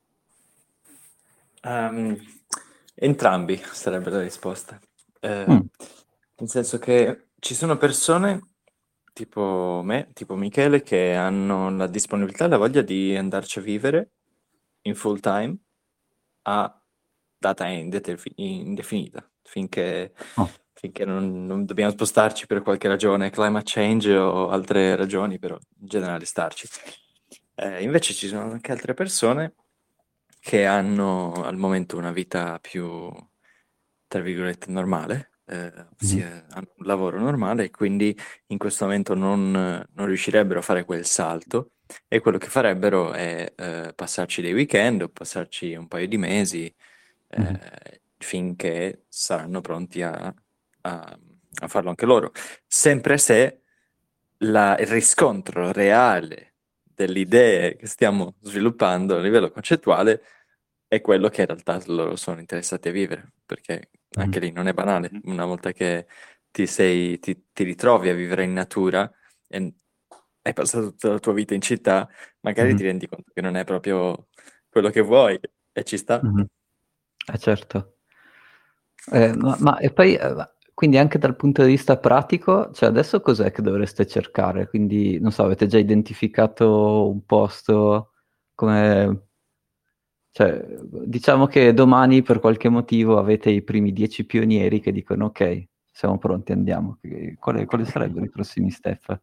Um, entrambi sarebbe la risposta. Eh, Mm. Nel senso che ci sono persone tipo me, tipo Michele, che hanno la disponibilità e la voglia di andarci a vivere in full time a data indeterfi- indefinita, finché, Oh. finché non, non dobbiamo spostarci per qualche ragione, climate change o altre ragioni, però in generale starci. Eh, invece ci sono anche altre persone che hanno al momento una vita più, tra virgolette, normale, eh, Mhm. ossia hanno un lavoro normale e quindi in questo momento non, non riuscirebbero a fare quel salto e quello che farebbero è eh, passarci dei weekend o passarci un paio di mesi Mhm. eh, finché saranno pronti a, a- a farlo anche loro. Sempre se la- il riscontro reale delle idee che stiamo sviluppando a livello concettuale è quello che in realtà loro sono interessati a vivere, perché anche Mhm. lì non è banale, una volta che ti sei, ti, ti ritrovi a vivere in natura e hai passato tutta la tua vita in città, magari Mhm. ti rendi conto che non è proprio quello che vuoi e ci sta. Mhm. Eh, certo. Eh, ma, ma- e poi, eh, ma- quindi anche dal punto di vista pratico, cioè adesso cos'è che dovreste cercare? Quindi, non so, avete già identificato un posto come... Cioè, diciamo che domani per qualche motivo avete i primi dieci pionieri che dicono ok, siamo pronti, andiamo. Che- Quali, quali sarebbero i prossimi step?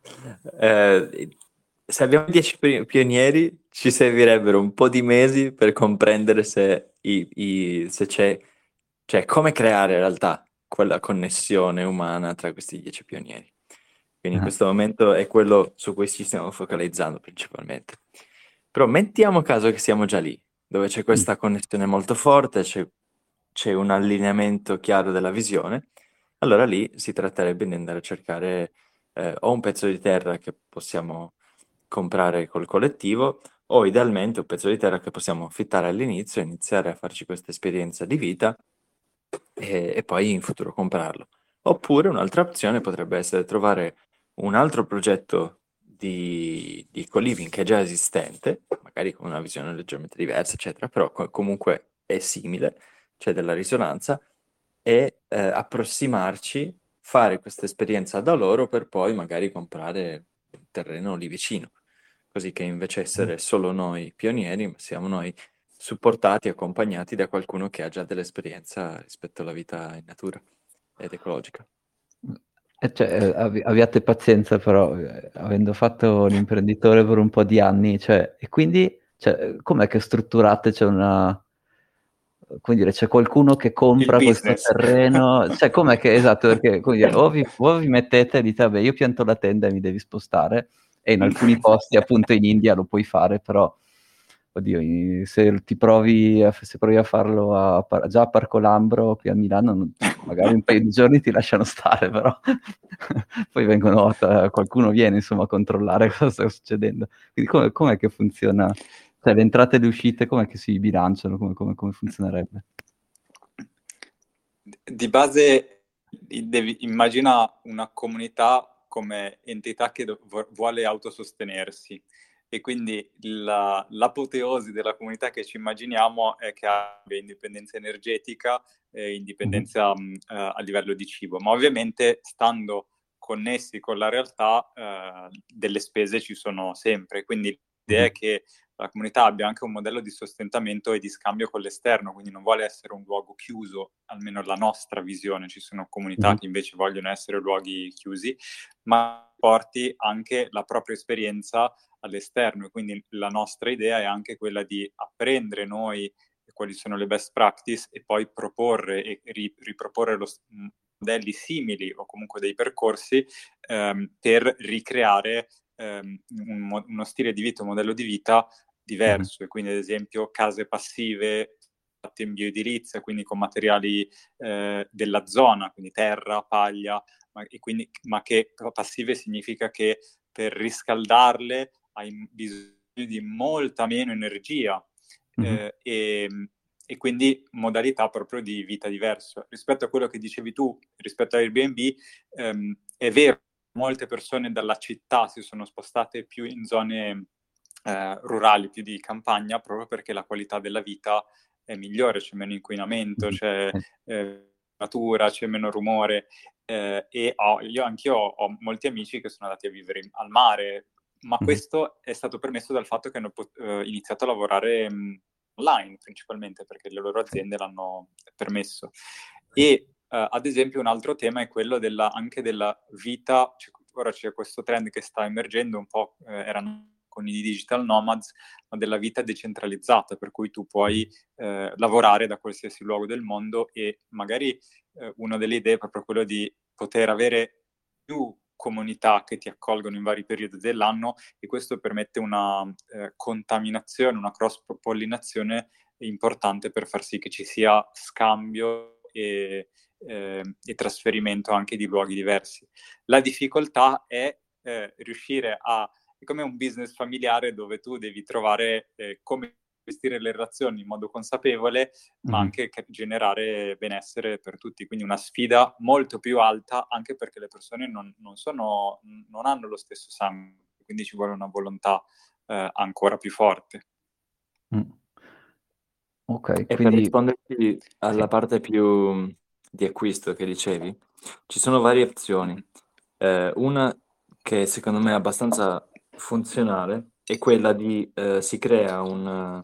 Eh, se abbiamo dieci pi- pionieri, ci servirebbero un po' di mesi per comprendere se, i- i- se c'è, cioè come creare in realtà quella connessione umana tra questi dieci pionieri. Quindi in Ah, questo momento è quello su cui ci stiamo focalizzando principalmente. Però mettiamo caso che siamo già lì, dove c'è mm, questa connessione molto forte, c'è c'è un allineamento chiaro della visione, allora lì si tratterebbe di andare a cercare eh, o un pezzo di terra che possiamo comprare col collettivo, o idealmente un pezzo di terra che possiamo affittare all'inizio e iniziare a farci questa esperienza di vita e, e poi in futuro comprarlo. Oppure un'altra opzione potrebbe essere trovare un altro progetto di, di co-living che è già esistente, magari con una visione leggermente diversa, eccetera, però co- comunque è simile, c'è della risonanza, e eh, approssimarci, fare questa esperienza da loro per poi magari comprare un terreno lì vicino, così che invece mm. essere solo noi pionieri, ma siamo noi supportati, accompagnati da qualcuno che ha già dell'esperienza rispetto alla vita in natura ed ecologica. Eh, cioè, eh, abbi- abbiate pazienza però, eh, avendo fatto l'imprenditore per un po' di anni, cioè, e quindi, cioè, com'è che strutturate? C'è una, come dire, c'è qualcuno che Il compra questo business. terreno, cioè, com'è che, esatto, perché, come dire, o vi, o vi mettete e dite, vabbè, io pianto la tenda e mi devi spostare, e in alcuni posti, appunto in India, lo puoi fare, però, oddio, i- se ti provi a, se provi a farlo a, Par- già a Parco Lambro, qui a Milano, non- magari un paio di giorni ti lasciano stare, però poi vengono, a- qualcuno viene, insomma, a controllare cosa sta succedendo. Quindi come, com'è che funziona? Cioè, le entrate e le uscite, com'è che si bilanciano? Come, come- come funzionerebbe? Di base, devi, immagina una comunità come entità che do- vuole autosostenersi e quindi la, l'apoteosi della comunità che ci immaginiamo è che abbia indipendenza energetica e Mhm. indipendenza mh, eh, a livello di cibo, ma ovviamente stando connessi con la realtà eh, delle spese ci sono sempre, quindi l'idea è Mhm. che la comunità abbia anche un modello di sostentamento e di scambio con l'esterno, quindi non vuole essere un luogo chiuso, almeno la nostra visione. Ci sono comunità Mhm. che invece vogliono essere luoghi chiusi, ma porti anche la propria esperienza all'esterno e quindi la nostra idea è anche quella di apprendere noi quali sono le best practice e poi proporre e ri- riproporre lo, modelli simili o comunque dei percorsi ehm, per ricreare ehm, un, uno stile di vita, un modello di vita Mhm. diverso, e quindi ad esempio case passive fatte in bioedilizia, quindi con materiali eh, della zona, quindi terra, paglia, ma, e quindi, ma che passive significa che per riscaldarle hai bisogno di molta meno energia Mhm. eh, e, e quindi modalità proprio di vita diversa. Rispetto a quello che dicevi tu, rispetto a Airbnb, ehm, è vero, molte persone dalla città si sono spostate più in zone eh, rurali, più di campagna, proprio perché la qualità della vita è migliore, c'è meno inquinamento, Mhm. c'è Eh, eh, natura, c'è meno rumore. Eh, e ho, io anch'io ho molti amici che sono andati a vivere in, al mare, ma mhm. questo è stato permesso dal fatto che hanno pot- eh, iniziato a lavorare mh, online principalmente perché le loro Sì. aziende l'hanno permesso. E Uh, ad esempio un altro tema è quello della, anche della vita, c'è, ora c'è questo trend che sta emergendo un po', eh, erano con i digital nomads, ma della vita decentralizzata, per cui tu puoi eh, lavorare da qualsiasi luogo del mondo e magari eh, una delle idee è proprio quello di poter avere più comunità che ti accolgono in vari periodi dell'anno e questo permette una eh, contaminazione, una cross-pollinazione importante per far sì che ci sia scambio e eh, e trasferimento anche di luoghi diversi. La difficoltà è eh, riuscire a, è come un business familiare dove tu devi trovare eh, come gestire le relazioni in modo consapevole, ma Mhm. anche che- generare benessere per tutti. Quindi una sfida molto più alta, anche perché le persone non, non sono, non hanno lo stesso sangue, quindi ci vuole una volontà eh, ancora più forte. Mm. Ok, E per quindi risponderti alla sì. parte più di acquisto che dicevi, ci sono varie opzioni. Mhm. Eh, una che secondo me è abbastanza funzionale è quella di eh, si crea un,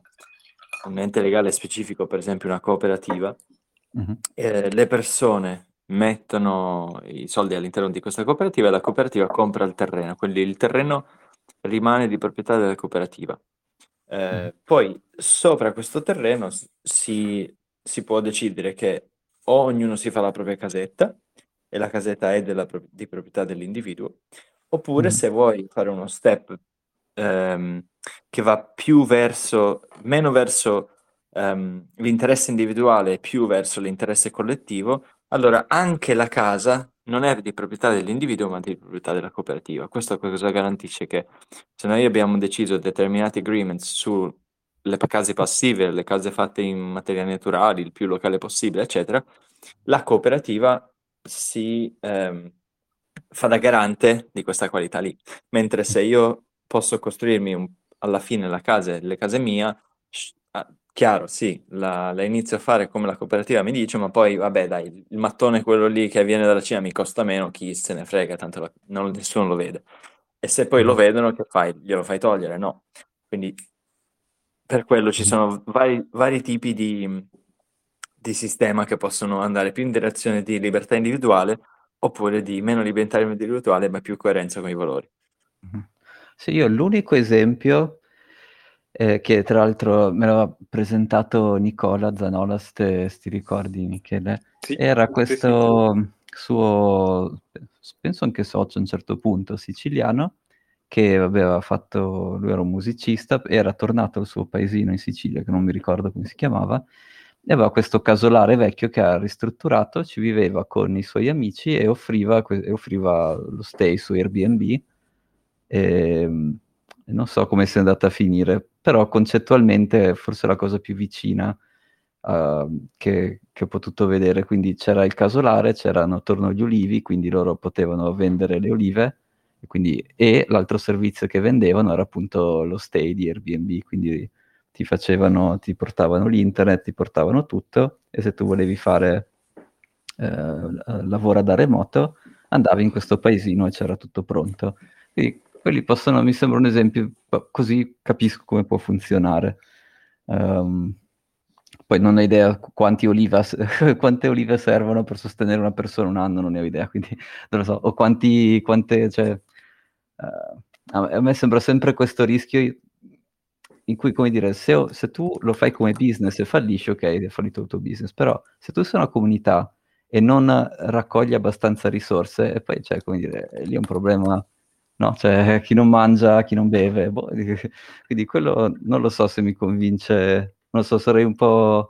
un ente legale specifico, per esempio una cooperativa, Mhm. eh, le persone mettono i soldi all'interno di questa cooperativa e la cooperativa compra il terreno, quindi il terreno rimane di proprietà della cooperativa. Mhm. Eh, poi sopra questo terreno s- si, si può decidere che o ognuno si fa la propria casetta e la casetta è della pro- di proprietà dell'individuo, oppure Mhm. se vuoi fare uno step ehm, che va più verso, meno verso ehm, l'interesse individuale e più verso l'interesse collettivo, allora anche la casa non è di proprietà dell'individuo ma di proprietà della cooperativa. Questo cosa garantisce? Che se noi abbiamo deciso determinati agreements sulle case passive, le case fatte in materiali naturali, il più locale possibile, eccetera, la cooperativa si ehm, fa da garante di questa qualità lì. Mentre se io posso costruirmi un- alla fine la casa, le case mia, sh- ah, chiaro, sì, la, la inizio a fare come la cooperativa mi dice, ma poi vabbè, dai, il mattone quello lì che viene dalla Cina mi costa meno, chi se ne frega, tanto la- non- nessuno lo vede. E se poi lo Mhm. vedono, che fai? Glielo fai togliere? No. Quindi per quello ci Mhm. sono vari, vari tipi di, di sistema che possono andare più in direzione di libertà individuale oppure di meno libertà individuale ma più coerenza con i valori. Mhm. Sì, io l'unico esempio eh, che tra l'altro me l'aveva presentato Nicola Zanolas, te, sti ricordi Michele, Sì, era sì, sì. questo suo, penso anche socio a un certo punto, siciliano, che vabbè, aveva fatto, lui era un musicista, era tornato al suo paesino in Sicilia, che non mi ricordo come si chiamava, e aveva questo casolare vecchio che ha ristrutturato, ci viveva con i suoi amici e offriva, que- e offriva lo stay su Airbnb. E, non so come sia andata a finire, però concettualmente è forse la cosa più vicina uh, che, che ho potuto vedere. Quindi c'era il casolare, c'erano attorno gli ulivi, quindi loro potevano vendere le olive, e, quindi, e l'altro servizio che vendevano era appunto lo stay di Airbnb, quindi ti facevano, ti portavano l'internet, ti portavano tutto, e se tu volevi fare eh, lavoro da remoto, andavi in questo paesino e c'era tutto pronto. Quindi quelli possono, mi sembra un esempio, po- così capisco come può funzionare. Ehm, poi non ho idea qu- quanti oliva, quante olive servono per sostenere una persona un anno, non ne ho idea, quindi non lo so, o quanti, quante, cioè, eh, a a me sembra sempre questo rischio in cui, come dire, se, o- se tu lo fai come business e fallisci, ok, è fallito il tuo business, però se tu sei una comunità e non raccogli abbastanza risorse, e poi, cioè, come dire, lì è un problema, no? Cioè, chi non mangia, chi non beve, boh, quindi quello non lo so se mi convince, non so, sarei un po'...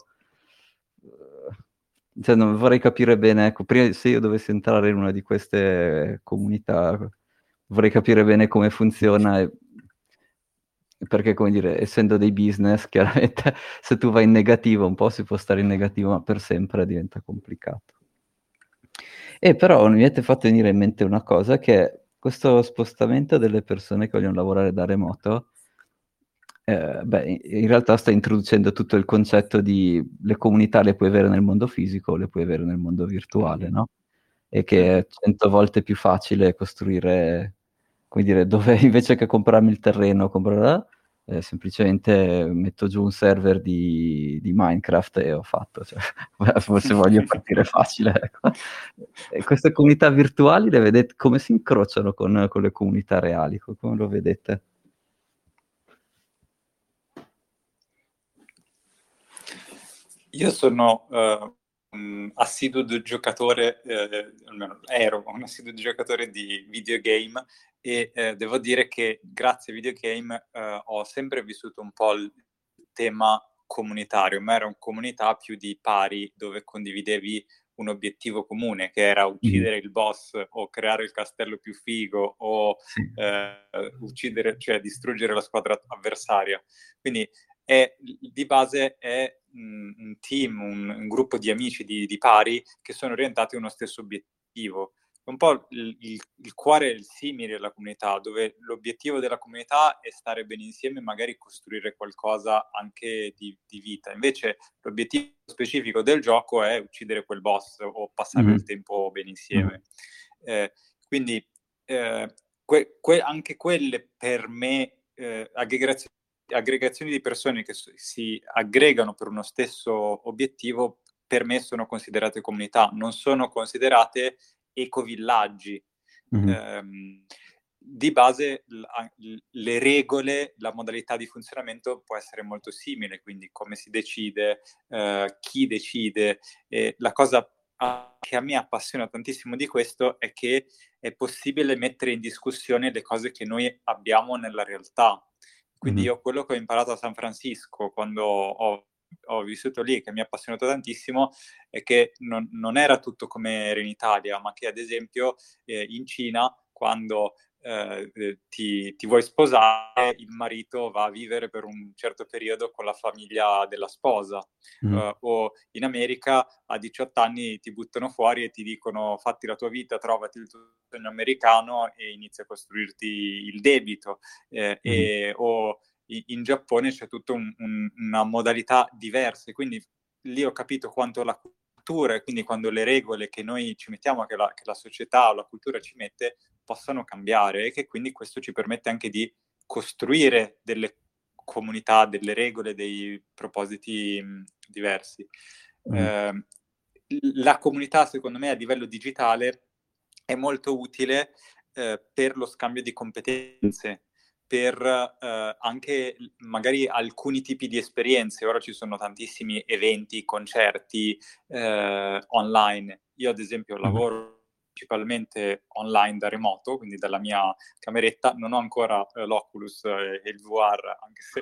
Cioè, non vorrei capire bene, ecco, prima se io dovessi entrare in una di queste comunità, vorrei capire bene come funziona, e- perché, come dire, essendo dei business, chiaramente, se tu vai in negativo, un po' si può stare in negativo, ma per sempre diventa complicato. E però mi avete fatto venire in mente una cosa, che questo spostamento delle persone che vogliono lavorare da remoto, eh, beh, in realtà sta introducendo tutto il concetto di le comunità le puoi avere nel mondo fisico o le puoi avere nel mondo virtuale, no? E che è cento volte più facile costruire, come dire, dove invece che comprarmi il terreno, comprare, eh, semplicemente metto giù un server di, di Minecraft e ho fatto, cioè, forse voglio partire facile, ecco. E queste comunità virtuali le vedete come si incrociano con, con le comunità reali, come lo vedete? Io sono eh, un assiduo giocatore, eh, almeno ero un assiduo giocatore di videogame e eh, devo dire che grazie ai videogame eh, ho sempre vissuto un po' il tema comunitario, ma era una comunità più di pari dove condividevi un obiettivo comune che era Mhm. uccidere il boss o creare il castello più figo o Sì. eh, uccidere, cioè distruggere la squadra avversaria. Quindi è, di base è un, un team, un, un gruppo di amici, di, di pari, che sono orientati a uno stesso obiettivo. Un po' il, il, il cuore è il simile della comunità, dove l'obiettivo della comunità è stare bene insieme e magari costruire qualcosa anche di, di vita. Invece l'obiettivo specifico del gioco è uccidere quel boss o passare Mhm. del tempo bene insieme. Eh, quindi eh, que, que, anche quelle per me eh, aggregazioni, aggregazioni di persone che si aggregano per uno stesso obiettivo, per me sono considerate comunità, non sono considerate ecovillaggi. Mm-hmm. Um, di base la, le regole, la modalità di funzionamento può essere molto simile, quindi come si decide, uh, chi decide. E la cosa che a me appassiona tantissimo di questo è che è possibile mettere in discussione le cose che noi abbiamo nella realtà. Quindi mm-hmm. io quello che ho imparato a San Francisco quando ho ho vissuto lì, che mi ha appassionato tantissimo, è che non, non era tutto come era in Italia, ma che ad esempio eh, in Cina, quando eh, ti, ti vuoi sposare, il marito va a vivere per un certo periodo con la famiglia della sposa, mm. uh, o in America a diciotto anni ti buttano fuori e ti dicono fatti la tua vita, trovati il tuo sogno americano e inizia a costruirti il debito, eh, mm. e, o in Giappone c'è tutta un, un, una modalità diversa, quindi lì ho capito quanto la cultura, e quindi quando le regole che noi ci mettiamo, che la, che la società o la cultura ci mette, possano cambiare, e che quindi questo ci permette anche di costruire delle comunità, delle regole, dei propositi mh, diversi. Mm. Eh, la comunità, secondo me, a livello digitale è molto utile eh, per lo scambio di competenze, per eh, anche magari alcuni tipi di esperienze. Ora ci sono tantissimi eventi, concerti eh, online. Io ad esempio lavoro principalmente online da remoto, quindi dalla mia cameretta. Non ho ancora eh, l'Oculus e il V R, anche se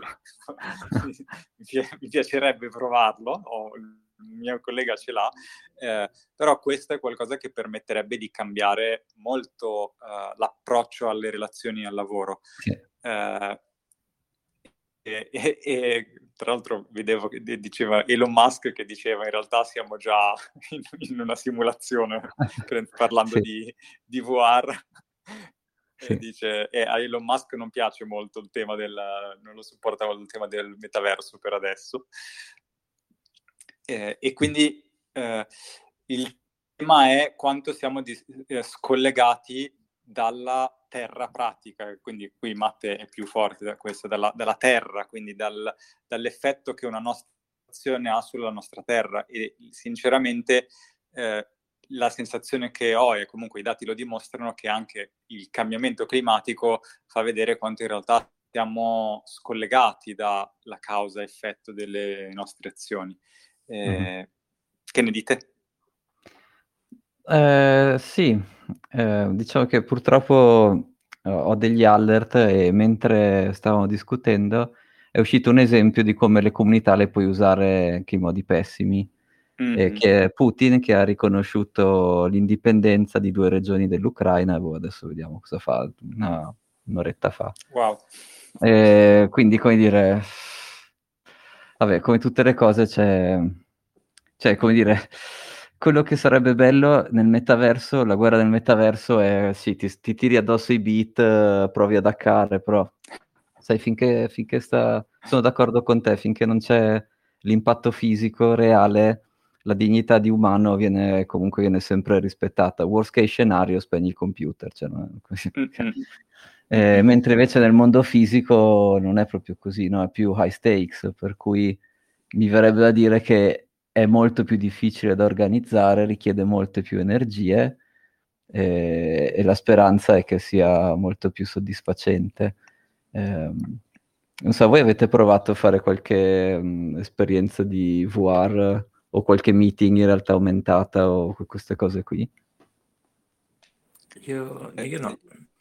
mi, mi piacerebbe provarlo. Ho, il mio collega ce l'ha, eh, però questo è qualcosa che permetterebbe di cambiare molto uh, l'approccio alle relazioni al lavoro. Sì. Uh, e, e, e tra l'altro vedevo che diceva Elon Musk, che diceva in realtà siamo già in, in una simulazione parlando sì. di, di V R. Sì. E dice, e a Elon Musk non piace molto il tema del, non lo supporta molto il tema del metaverso per adesso. Eh, e quindi eh, il tema è quanto siamo dis- eh, scollegati dalla terra pratica, quindi qui Matte è più forte da questo, dalla, dalla terra, quindi dal, dall'effetto che una nostra azione ha sulla nostra terra. E sinceramente eh, la sensazione che ho, e comunque i dati lo dimostrano, che anche il cambiamento climatico fa vedere quanto in realtà siamo scollegati dalla causa-effetto delle nostre azioni. Eh, mm-hmm. Che ne dite? Eh, sì, eh, diciamo che purtroppo eh, ho degli alert, e mentre stavamo discutendo è uscito un esempio di come le comunità le puoi usare anche in modi pessimi, mm-hmm. eh, che è Putin, che ha riconosciuto l'indipendenza di due regioni dell'Ucraina. Boh, adesso vediamo cosa fa, una, un'oretta fa. Wow. Eh, quindi, come dire, vabbè, come tutte le cose c'è, cioè, come dire, quello che sarebbe bello nel metaverso, la guerra del metaverso è, sì, ti, ti tiri addosso i beat, provi ad hackare, però, sai, finché, finché sta, sono d'accordo con te, finché non c'è l'impatto fisico reale, la dignità di umano viene, comunque viene sempre rispettata. Worst case scenario, spegni il computer, cioè, no? Così. Mm-hmm. Eh, mentre invece nel mondo fisico non è proprio così, no? È più high stakes, per cui mi verrebbe da dire che è molto più difficile da organizzare, richiede molte più energie, eh, e la speranza è che sia molto più soddisfacente. Eh, non so, voi avete provato a fare qualche um, esperienza di V R o qualche meeting in realtà aumentata o queste cose qui? Io, io no.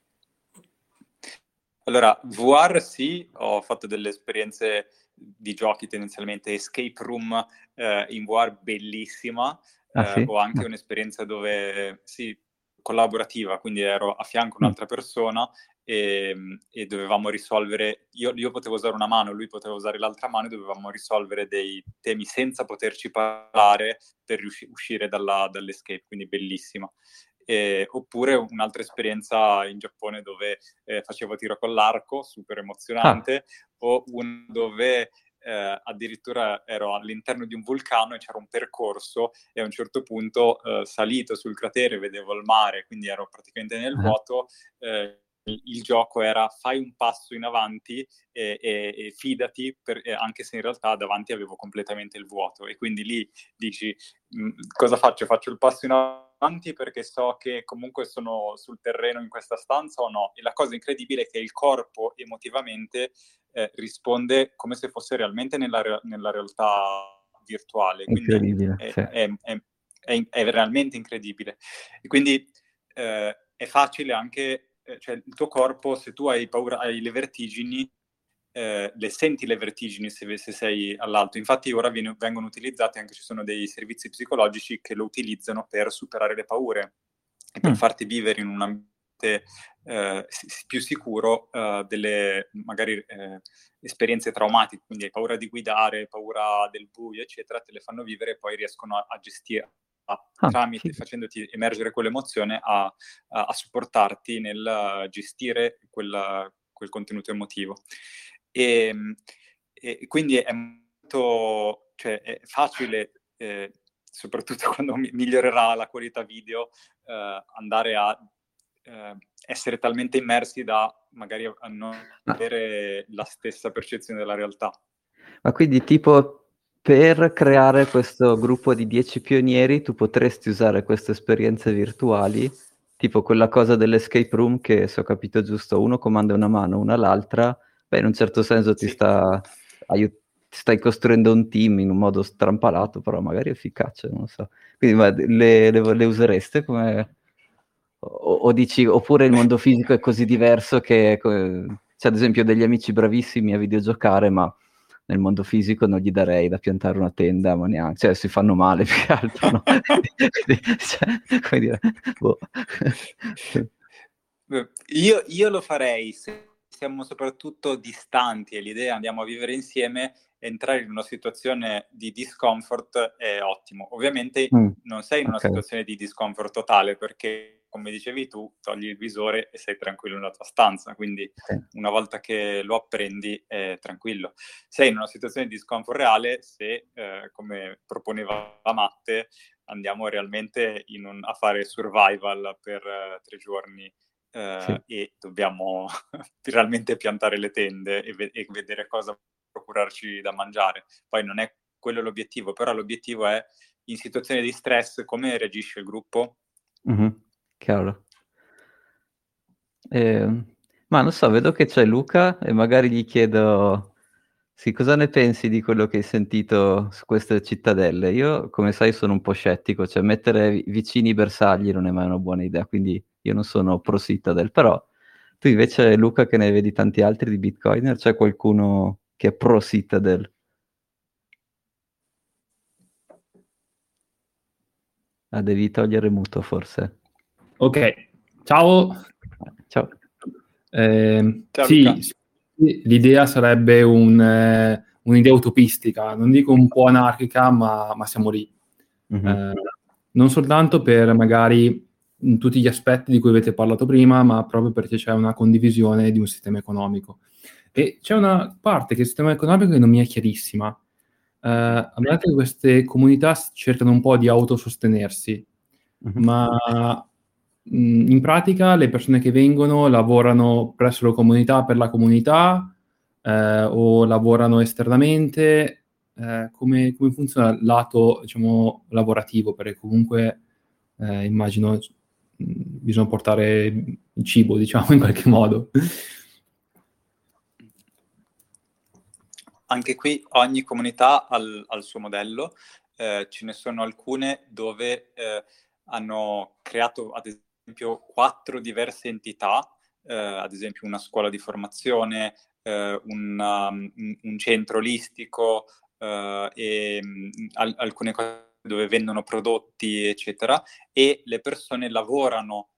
Allora, V R sì, ho fatto delle esperienze di giochi, tendenzialmente escape room eh, in V R bellissima, eh, ah, sì? Ho anche no. un'esperienza dove, sì, collaborativa, quindi ero a fianco un'altra persona e, e dovevamo risolvere, io, io potevo usare una mano, lui poteva usare l'altra mano, e dovevamo risolvere dei temi senza poterci parlare per riusci- uscire dalla, dall'escape, quindi bellissima. Eh, oppure un'altra esperienza in Giappone dove eh, facevo tiro con l'arco, super emozionante, ah. o un dove eh, addirittura ero all'interno di un vulcano e c'era un percorso e a un certo punto eh, salito sul cratere vedevo il mare, quindi ero praticamente nel uh-huh. vuoto. Eh, il, il gioco era fai un passo in avanti e, e, e fidati, per, eh, anche se in realtà davanti avevo completamente il vuoto, e quindi lì dici mh, cosa faccio? Faccio il passo in avanti perché so che comunque sono sul terreno in questa stanza o no? E la cosa incredibile è che il corpo emotivamente eh, risponde come se fosse realmente nella, re- nella realtà virtuale, quindi incredibile, è, sì. è, è, è, è veramente incredibile. E quindi eh, è facile anche, eh, cioè il tuo corpo, se tu hai paura, hai le vertigini, eh, le senti le vertigini se, se sei all'alto. Infatti ora viene, vengono utilizzati, anche ci sono dei servizi psicologici che lo utilizzano per superare le paure e per mm. farti vivere in un ambiente eh, più sicuro eh, delle magari eh, esperienze traumatiche, quindi hai paura di guidare, paura del buio, eccetera, te le fanno vivere e poi riescono a, a gestire a, ah, tramite, sì. facendoti emergere quell'emozione, a, a, a supportarti nel gestire quel, quel contenuto emotivo. E, e quindi è molto, cioè è facile, eh, soprattutto quando migliorerà la qualità video, eh, andare a eh, essere talmente immersi da magari a non avere la stessa percezione della realtà. Ma quindi tipo per creare questo gruppo di dieci pionieri tu potresti usare queste esperienze virtuali, tipo quella cosa dell'escape room che, se ho capito giusto, uno comanda una mano, una l'altra, beh, in un certo senso ti sì. sta aiut- stai costruendo un team in un modo strampalato, però magari efficace, non so. Quindi ma le, le, le usereste come... O, o dici, oppure il mondo fisico è così diverso che c'è ad esempio degli amici bravissimi a videgiocare, ma nel mondo fisico non gli darei da piantare una tenda, ma neanche, cioè si fanno male più che altro, no? cioè, come dire, boh. io, io lo farei se siamo soprattutto distanti e l'idea andiamo a vivere insieme. Entrare in una situazione di discomfort è ottimo. Ovviamente mm, non sei in una okay. situazione di discomfort totale, perché, come dicevi tu, togli il visore e sei tranquillo nella tua stanza, quindi okay. una volta che lo apprendi è tranquillo. Sei in una situazione di discomfort reale se, eh, come proponeva Matte, andiamo realmente in un, a fare survival per uh, tre giorni uh, sì. e dobbiamo realmente piantare le tende e, ve- e vedere cosa procurarci da mangiare. Poi non è quello l'obiettivo, però l'obiettivo è, in situazioni di stress, come reagisce il gruppo? Mm-hmm. Chiaro. Eh, ma non so, vedo che c'è Luca e magari gli chiedo, sì, cosa ne pensi di quello che hai sentito su queste cittadelle? Io, come sai, sono un po' scettico, cioè mettere vicini i bersagli non è mai una buona idea, quindi io non sono pro Citadel, però tu invece, Luca, che ne vedi tanti altri di Bitcoiner, c'è qualcuno che è pro Citadel? Ah, devi togliere muto, forse. Ok, ciao. Ciao. Eh, Ciao sì, Luca. l'idea sarebbe un, eh, un'idea utopistica, non dico un po' anarchica, ma, ma siamo lì. Mm-hmm. Eh, non soltanto per magari in tutti gli aspetti di cui avete parlato prima, ma proprio perché c'è una condivisione di un sistema economico. E c'è una parte che il sistema economico che non mi è chiarissima. Eh, a me che queste comunità cercano un po' di autosostenersi, mm-hmm. ma mh, in pratica le persone che vengono lavorano presso la comunità per la comunità eh, o lavorano esternamente. Eh, come, come funziona il lato, diciamo, lavorativo? Perché comunque eh, immagino mh, bisogna portare il cibo, diciamo, in qualche modo. Anche qui ogni comunità ha il suo modello, eh, ce ne sono alcune dove eh, hanno creato ad esempio quattro diverse entità, eh, ad esempio una scuola di formazione, eh, un, um, un centro olistico eh, e um, al- alcune cose dove vendono prodotti, eccetera, e le persone lavorano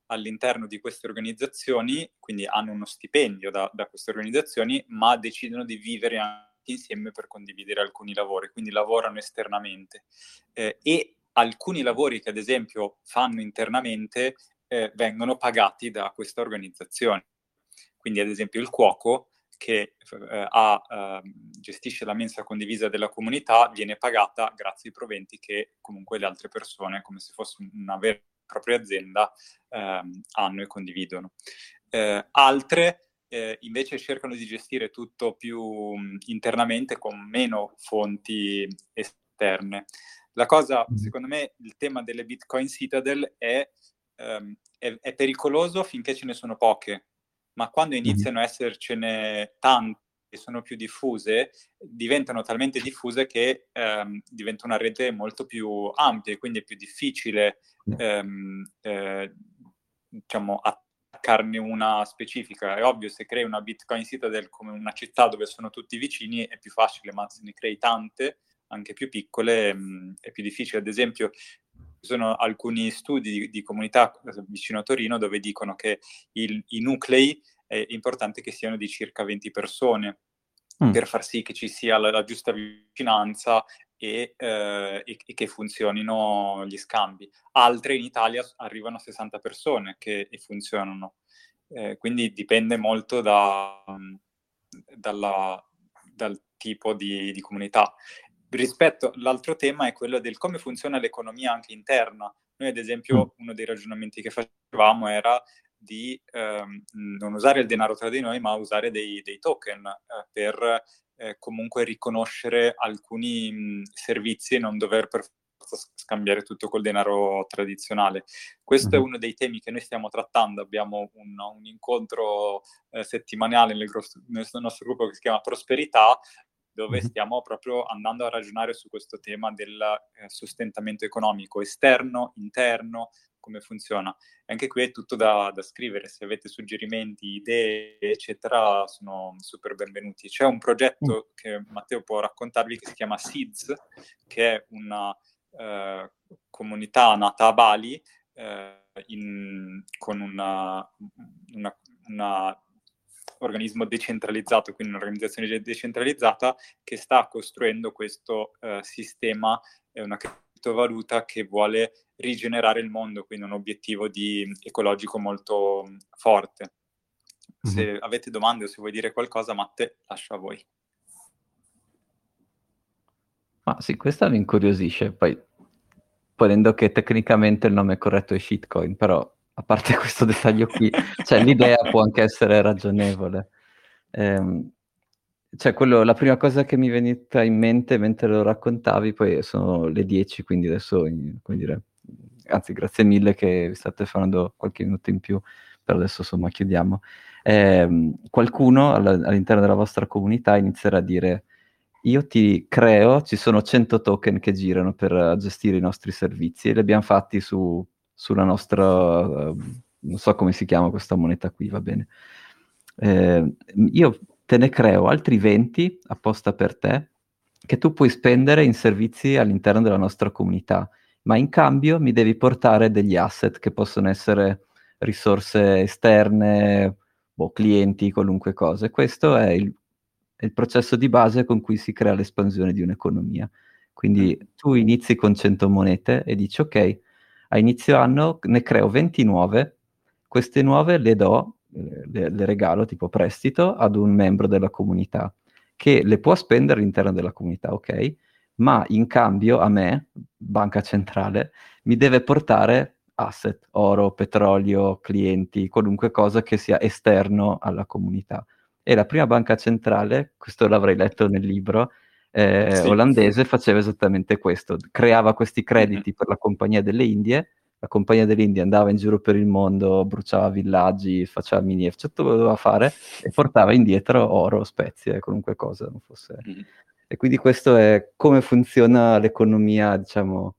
all'interno di queste organizzazioni, quindi hanno uno stipendio da, da queste organizzazioni, ma decidono di vivere anche insieme per condividere alcuni lavori, quindi lavorano esternamente. Eh, e alcuni lavori che ad esempio fanno internamente eh, vengono pagati da questa organizzazione. Quindi ad esempio il cuoco che eh, ha, eh, gestisce la mensa condivisa della comunità viene pagata grazie ai proventi che comunque le altre persone, come se fosse una vera e propria azienda, ehm, hanno e condividono. Eh, altre eh, invece cercano di gestire tutto più mh, internamente con meno fonti esterne. La cosa, secondo me, il tema delle Bitcoin Citadel è, ehm, è, è pericoloso finché ce ne sono poche, ma quando iniziano a essercene tante e sono più diffuse, diventano talmente diffuse che ehm, diventa una rete molto più ampia e quindi è più difficile ehm, eh, diciamo attaccarne una specifica. È ovvio, se crei una Bitcoin Citadel come una città dove sono tutti vicini è più facile, ma se ne crei tante, anche più piccole, mh, è più difficile. Ad esempio, ci sono alcuni studi di, di comunità vicino a Torino dove dicono che il, i nuclei è importante che siano di circa venti persone mm. per far sì che ci sia la, la giusta vicinanza e, eh, e, e che funzionino gli scambi. Altre in Italia arrivano a sessanta persone che e funzionano. Eh, quindi dipende molto da, dalla, dal tipo di, di comunità. Rispetto all'altro tema è quello del come funziona l'economia anche interna. Noi ad esempio uno dei ragionamenti che facevamo era di ehm, non usare il denaro tra di noi, ma usare dei, dei token eh, per eh, comunque riconoscere alcuni mh, servizi e non dover per forza scambiare tutto col denaro tradizionale. Questo mm-hmm. è uno dei temi che noi stiamo trattando. Abbiamo un, un incontro eh, settimanale nel, grosso, nel nostro gruppo che si chiama Prosperità, dove stiamo proprio andando a ragionare su questo tema del eh, sostentamento economico esterno, interno, come funziona. E anche qui è tutto da, da scrivere. Se avete suggerimenti, idee, eccetera, sono super benvenuti. C'è un progetto che Matteo può raccontarvi che si chiama Seeds, che è una eh, comunità nata a Bali eh, in, con una, una, una organismo decentralizzato, quindi un'organizzazione decentralizzata che sta costruendo questo uh, sistema, è una criptovaluta che vuole rigenerare il mondo, quindi un obiettivo di ecologico molto um, forte. Mm-hmm. Se avete domande o se vuoi dire qualcosa, Matte, lascio a voi. Ma sì, questa mi incuriosisce, poi ponendo che tecnicamente il nome corretto è shitcoin, però a parte questo dettaglio qui, cioè l'idea può anche essere ragionevole. Ehm, cioè quello, la prima cosa che mi è venuta in mente mentre lo raccontavi, poi sono le dieci, quindi adesso, come dire, anzi grazie mille che vi state facendo qualche minuto in più, per adesso insomma chiudiamo. Ehm, qualcuno all- all'interno della vostra comunità inizierà a dire: io ti creo, ci sono cento token che girano per gestire i nostri servizi e li abbiamo fatti su, sulla nostra, uh, non so come si chiama questa moneta qui, va bene. Eh, io te ne creo altri venti apposta per te che tu puoi spendere in servizi all'interno della nostra comunità, ma in cambio mi devi portare degli asset che possono essere risorse esterne, boh, clienti, qualunque cosa. E questo è il è il processo di base con cui si crea l'espansione di un'economia. Quindi mm. tu inizi con cento monete e dici ok, a inizio anno ne creo venti nuove, queste nuove le do, le, le regalo tipo prestito ad un membro della comunità che le può spendere all'interno della comunità, ok? Ma in cambio a me, banca centrale, mi deve portare asset, oro, petrolio, clienti, qualunque cosa che sia esterno alla comunità. E la prima banca centrale, questo l'avrei letto nel libro, eh, sì. olandese, faceva esattamente questo. Creava questi crediti mm-hmm. per la Compagnia delle Indie, la Compagnia delle Indie andava in giro per il mondo, bruciava villaggi, faceva mini, tutto quello che doveva fare, e portava indietro oro, spezie, qualunque cosa non fosse. Mm-hmm. E quindi questo è come funziona l'economia, diciamo,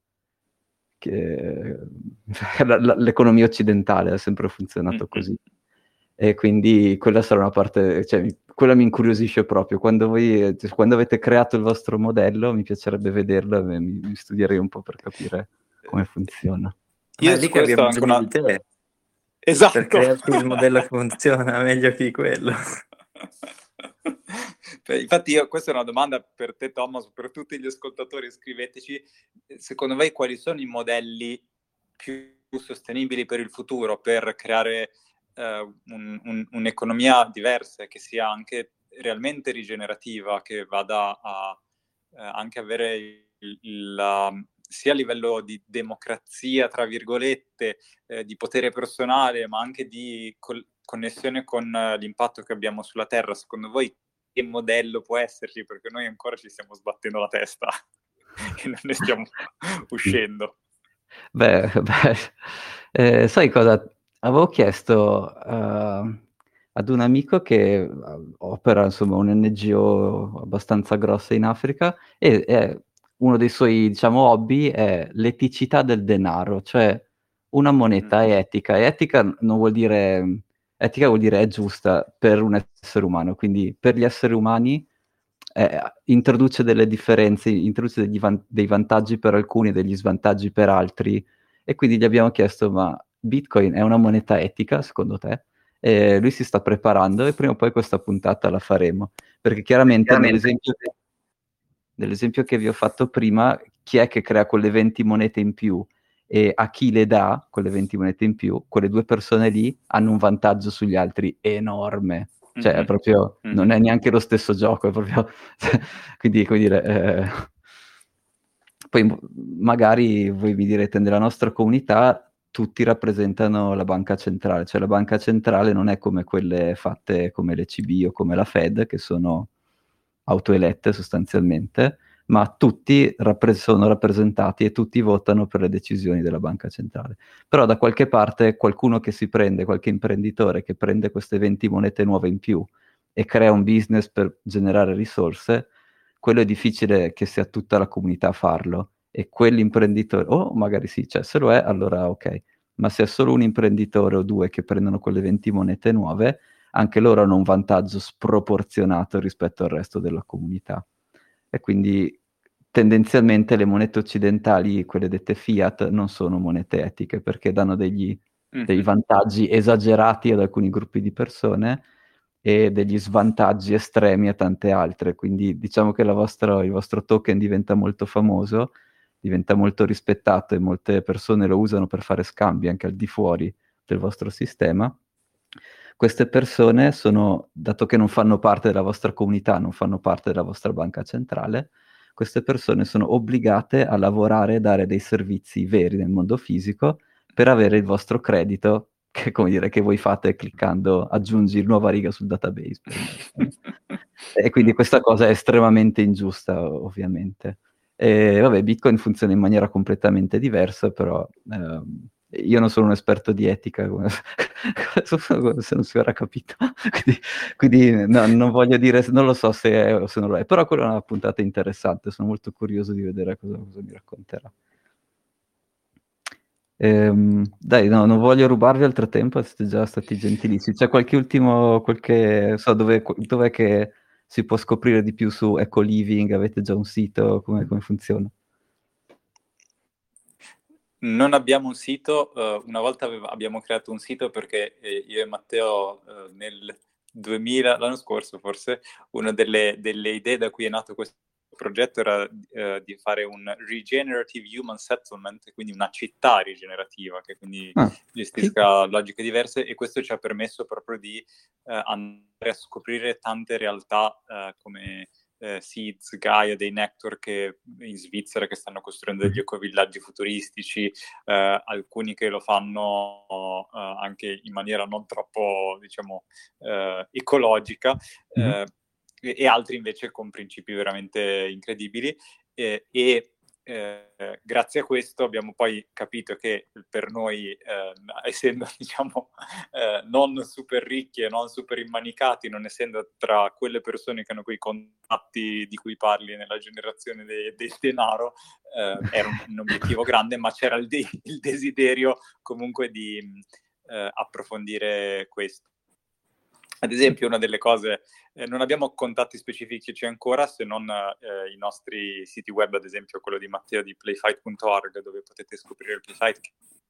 che... l'economia occidentale ha sempre funzionato mm-hmm. così. E quindi quella sarà una parte, cioè quella mi incuriosisce proprio. Quando voi, cioè, quando avete creato il vostro modello, mi piacerebbe vederlo e mi, mi studierei un po' per capire come funziona. Io Ma lì che abbiamo bisogno una... di te. Esatto. Per crearti il modello che funziona meglio di quello. Infatti io, questa è una domanda per te, Thomas, per tutti gli ascoltatori, scriveteci, secondo voi quali sono i modelli più sostenibili per il futuro, per creare eh, un, un, un'economia diversa, che sia anche realmente rigenerativa, che vada a eh, anche avere il, il, la, sia a livello di democrazia, tra virgolette, eh, di potere personale, ma anche di col- connessione con uh, l'impatto che abbiamo sulla Terra. Secondo voi che modello può esserci? Perché noi ancora ci stiamo sbattendo la testa e non ne stiamo uscendo. Beh, beh eh, sai cosa? Avevo chiesto uh, ad un amico che uh, opera, insomma, un N G O abbastanza grossa in Africa, e, e uno dei suoi, diciamo, hobby è l'eticità del denaro, cioè una moneta Mm. è etica, e etica non vuol dire, etica vuol dire è giusta per un essere umano, quindi per gli esseri umani eh, introduce delle differenze, introduce degli van- dei vantaggi per alcuni e degli svantaggi per altri, e quindi gli abbiamo chiesto: ma Bitcoin è una moneta etica secondo te? E lui si sta preparando e prima o poi questa puntata la faremo, perché chiaramente, Chiaramente. nell'esempio, nell'esempio che vi ho fatto prima, chi è che crea quelle venti monete in più e a chi le dà quelle venti monete in più, quelle due persone lì hanno un vantaggio sugli altri enorme. Cioè, Mm-hmm. è proprio, Mm-hmm. non è neanche lo stesso gioco, è proprio, quindi, come dire, eh, poi magari voi mi direte, nella nostra comunità tutti rappresentano la banca centrale, cioè la banca centrale non è come quelle fatte come l'E C B o come la Fed, che sono autoelette sostanzialmente, ma tutti rappre- sono rappresentati e tutti votano per le decisioni della banca centrale. Però da qualche parte qualcuno che si prende, qualche imprenditore che prende queste venti monete nuove in più e crea un business per generare risorse, quello è difficile che sia tutta la comunità a farlo, e quell'imprenditore, o oh, magari sì, cioè se lo è, allora ok, ma se è solo un imprenditore o due che prendono quelle venti monete nuove, anche loro hanno un vantaggio sproporzionato rispetto al resto della comunità. E quindi tendenzialmente le monete occidentali, quelle dette fiat, non sono monete etiche, perché danno degli, Mm-hmm. dei vantaggi esagerati ad alcuni gruppi di persone e degli svantaggi estremi a tante altre. Quindi diciamo che la vostra, il vostro token diventa molto famoso, diventa molto rispettato e molte persone lo usano per fare scambi anche al di fuori del vostro sistema. Queste persone sono, dato che non fanno parte della vostra comunità, non fanno parte della vostra banca centrale, queste persone sono obbligate a lavorare e dare dei servizi veri nel mondo fisico per avere il vostro credito, che, come dire, che voi fate cliccando aggiungi nuova riga sul database. E quindi questa cosa è estremamente ingiusta, ovviamente. E vabbè, Bitcoin funziona in maniera completamente diversa, però ehm, io non sono un esperto di etica, come se non si era capito. quindi quindi no, non voglio dire, non lo so se è o se non lo è, però quella è una puntata interessante, sono molto curioso di vedere cosa, cosa mi racconterà. Ehm, dai, no, non voglio rubarvi altro tempo, siete già stati gentilissimi. C'è qualche ultimo, qualche, so, dove, dov'è che si può scoprire di più su Eco Living? Avete già un sito? Come, come funziona? Non abbiamo un sito, uh, una volta aveva, abbiamo creato un sito perché eh, io e Matteo uh, nel duemila, l'anno scorso forse, una delle, delle idee da cui è nato questo progetto era uh, di fare un Regenerative Human Settlement, quindi una città rigenerativa che quindi Ah, gestisca sì. logiche diverse, e questo ci ha permesso proprio di uh, andare a scoprire tante realtà uh, come Eh, Seeds, Gaia, dei Nectar che in Svizzera che stanno costruendo degli ecovillaggi futuristici, eh, alcuni che lo fanno eh, anche in maniera non troppo, diciamo, eh, ecologica, eh, mm-hmm. e, e altri invece con principi veramente incredibili, eh, e Eh, grazie a questo abbiamo poi capito che per noi, eh, essendo diciamo eh, non super ricchi e non super immanicati, non essendo tra quelle persone che hanno quei contatti di cui parli nella generazione de- del denaro, eh, era un, un obiettivo grande, ma c'era il, de- il desiderio comunque di eh, approfondire questo. Ad esempio, una delle cose, eh, non abbiamo contatti specifici ancora, se non eh, i nostri siti web, ad esempio quello di Matteo di playfight punto org, dove potete scoprire il Playfight,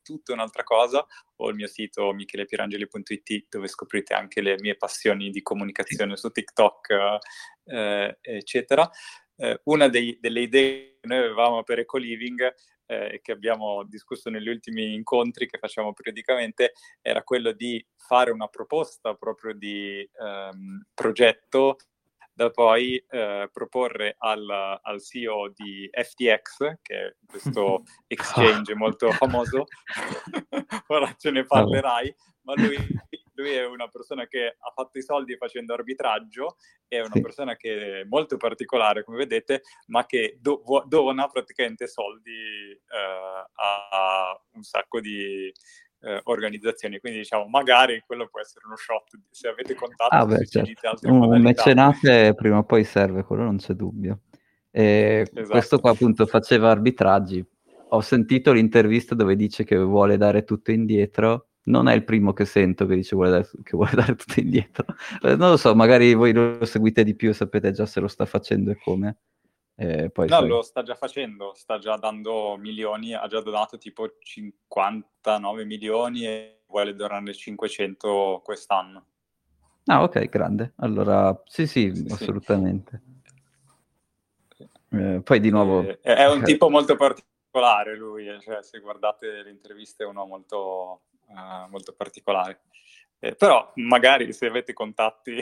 tutta un'altra cosa, o il mio sito michele pirangeli punto it, dove scoprite anche le mie passioni di comunicazione su TikTok, eh, eccetera. Eh, una dei, delle idee che noi avevamo per Ecoliving eh, e che abbiamo discusso negli ultimi incontri che facciamo periodicamente era quello di fare una proposta proprio di ehm, progetto da poi eh, proporre al, al C E O di F T X, che è questo exchange molto famoso, ora ce ne parlerai, ma lui, lui è una persona che ha fatto i soldi facendo arbitraggio, è una Sì. persona che è molto particolare, come vedete, ma che do, dona praticamente soldi eh, a un sacco di eh, organizzazioni, quindi diciamo magari quello può essere uno shot, se avete contatti, Ah, beh, suggerite certo. altre Un, un modalità. mecenate prima o poi serve, quello non c'è dubbio. E Esatto. Questo qua appunto faceva arbitraggi. Ho sentito l'intervista dove dice che vuole dare tutto indietro. Non è il primo che sento che dice vuole dare, che vuole dare tutto indietro. Eh, non lo so, magari voi lo seguite di più e sapete già se lo sta facendo e come. Eh, poi, no, sai. lo sta già facendo, sta già dando milioni, ha già donato tipo cinquantanove milioni e vuole donarne cinquecento quest'anno. Ah, ok, grande. Allora, sì, sì, Sì, assolutamente. Sì. Eh, poi di nuovo... Eh, è un tipo molto particolare lui, eh, cioè se guardate le interviste è uno molto, uh, molto particolare. Eh, però magari se avete contatti...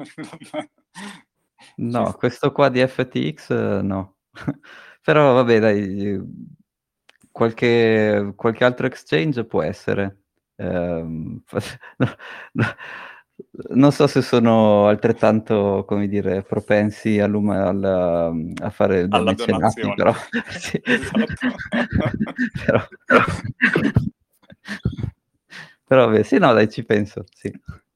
No, questo qua di F T X eh, no. Però vabbè, dai, qualche, qualche altro exchange può essere. Ehm, no, no, non so se sono altrettanto, come dire, propensi all'uma- alla- a fare da alla mecenati, donazione. però... sì. Esatto. però... però vabbè, sì, no, dai, ci penso, sì.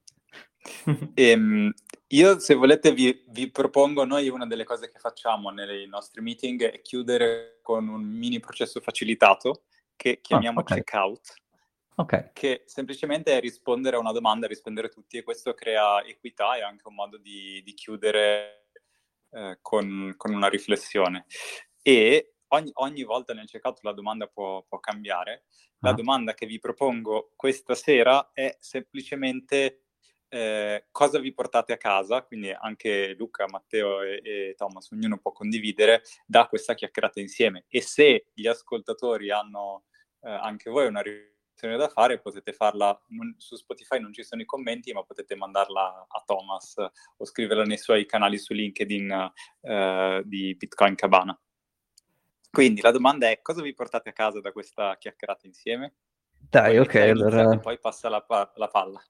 E, io, se volete, vi, vi propongo, noi una delle cose che facciamo nei nostri meeting è chiudere con un mini processo facilitato che chiamiamo Ah, okay. checkout, Ok. che semplicemente è rispondere a una domanda, rispondere tutti, e questo crea equità e anche un modo di, di chiudere eh, con, con una riflessione. E ogni, ogni volta nel checkout la domanda può, può cambiare. La Ah. domanda che vi propongo questa sera è semplicemente eh, cosa vi portate a casa, quindi anche Luca, Matteo e, e Thomas, ognuno può condividere da questa chiacchierata insieme. E se gli ascoltatori hanno eh, anche voi una riflessione da fare, potete farla, non, su Spotify non ci sono i commenti, ma potete mandarla a Thomas o scriverla nei suoi canali su LinkedIn eh, di Bitcoin Cabana. Quindi la domanda è: cosa vi portate a casa da questa chiacchierata insieme? Dai, Poi ok, inizia, inizia allora... e poi passa la, pa- la palla.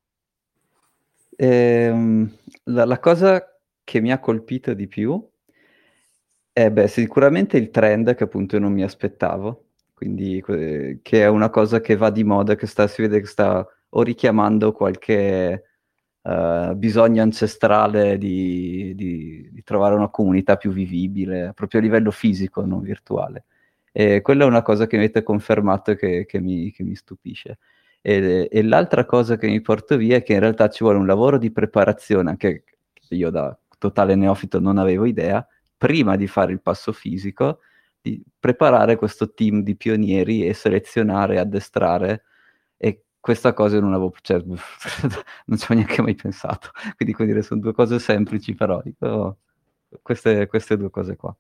Ehm, la, la cosa che mi ha colpito di più è beh, sicuramente il trend che appunto io non mi aspettavo, quindi que- che è una cosa che va di moda, che sta, si vede che sta o richiamando qualche eh, bisogno ancestrale di, di- di trovare una comunità più vivibile, proprio a livello fisico, non virtuale. E quella è una cosa che mi avete confermato e che, che mi, che mi stupisce. E, e l'altra cosa che mi porto via è che in realtà ci vuole un lavoro di preparazione, anche io da totale neofito non avevo idea, prima di fare il passo fisico, di preparare questo team di pionieri e selezionare, addestrare, e questa cosa io non avevo, cioè, non ci ho neanche mai pensato. Quindi, come dire, sono due cose semplici, però dico, queste, queste due cose qua.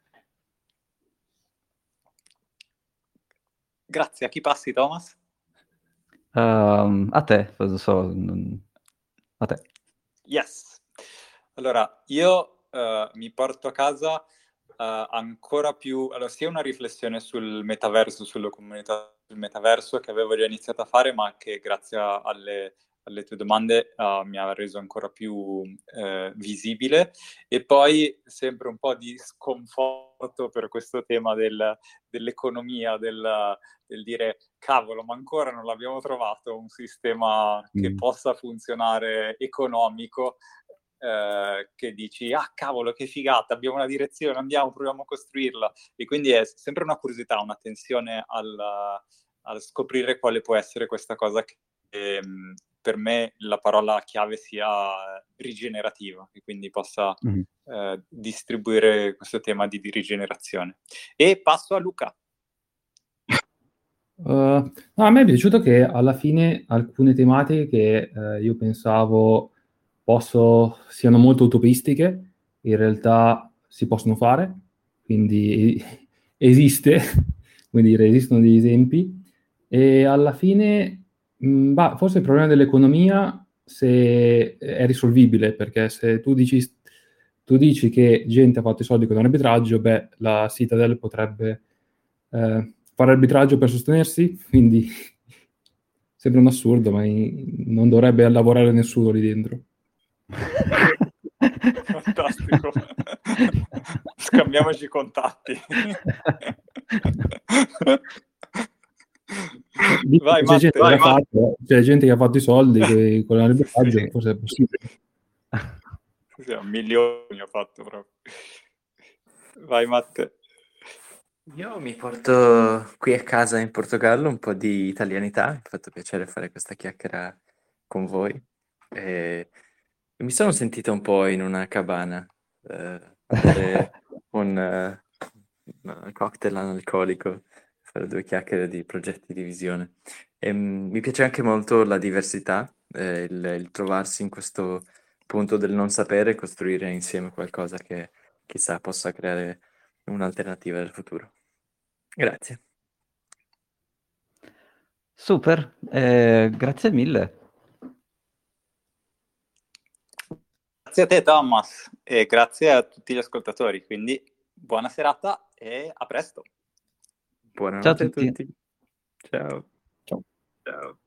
Grazie, a chi passi, Thomas? Um, a te, non so, non... a te. Yes. Allora, io uh, mi porto a casa uh, ancora più, allora, sia una riflessione sul metaverso, sulla comunità del metaverso che avevo già iniziato a fare, ma che grazie alle, alle tue domande uh, mi ha reso ancora più uh, visibile, e poi sempre un po' di sconforto per questo tema del, dell'economia, del, del dire cavolo, ma ancora non l'abbiamo trovato un sistema che Mm. possa funzionare economico, eh, che dici ah cavolo che figata, abbiamo una direzione, andiamo, proviamo a costruirla. E quindi è sempre una curiosità, una tensione al, al scoprire quale può essere questa cosa che ehm, per me la parola chiave sia rigenerativa, e quindi possa Mm. eh, distribuire questo tema di, di rigenerazione. E passo a Luca. Uh, no, a me è piaciuto che alla fine alcune tematiche che eh, io pensavo posso, siano molto utopistiche, in realtà si possono fare, quindi esiste, quindi esistono degli esempi, e alla fine, mh, bah, forse il problema dell'economia se è risolvibile, perché se tu dici, tu dici che gente ha fatto i soldi con l'arbitraggio, beh, la Citadel potrebbe eh, fare arbitraggio per sostenersi, quindi sembra un assurdo, ma in- non dovrebbe lavorare nessuno lì dentro. Fantastico. Scambiamoci i contatti. Vai, c'è, gente Matte. che Vai, ha fatto, c'è gente che ha fatto i soldi che- con l'arbitraggio, Sì, sì. forse è possibile. Sì, un milione ho fatto proprio. Vai, Matte. Io mi porto qui a casa in Portogallo un po' di italianità, mi ha fatto piacere fare questa chiacchiera con voi. E mi sono sentito un po' in una cabana, eh, a bere un, eh, un cocktail analcolico, fare due chiacchiere di progetti di visione. E, mm, mi piace anche molto la diversità, eh, il, il trovarsi in questo punto del non sapere e costruire insieme qualcosa che chissà possa creare un'alternativa del futuro. Grazie. Super, eh, grazie mille. Grazie a te, Thomas, e grazie a tutti gli ascoltatori. Quindi buona serata e a presto. Buonanotte Ciao a a tutti. tutti. Ciao. Ciao. Ciao.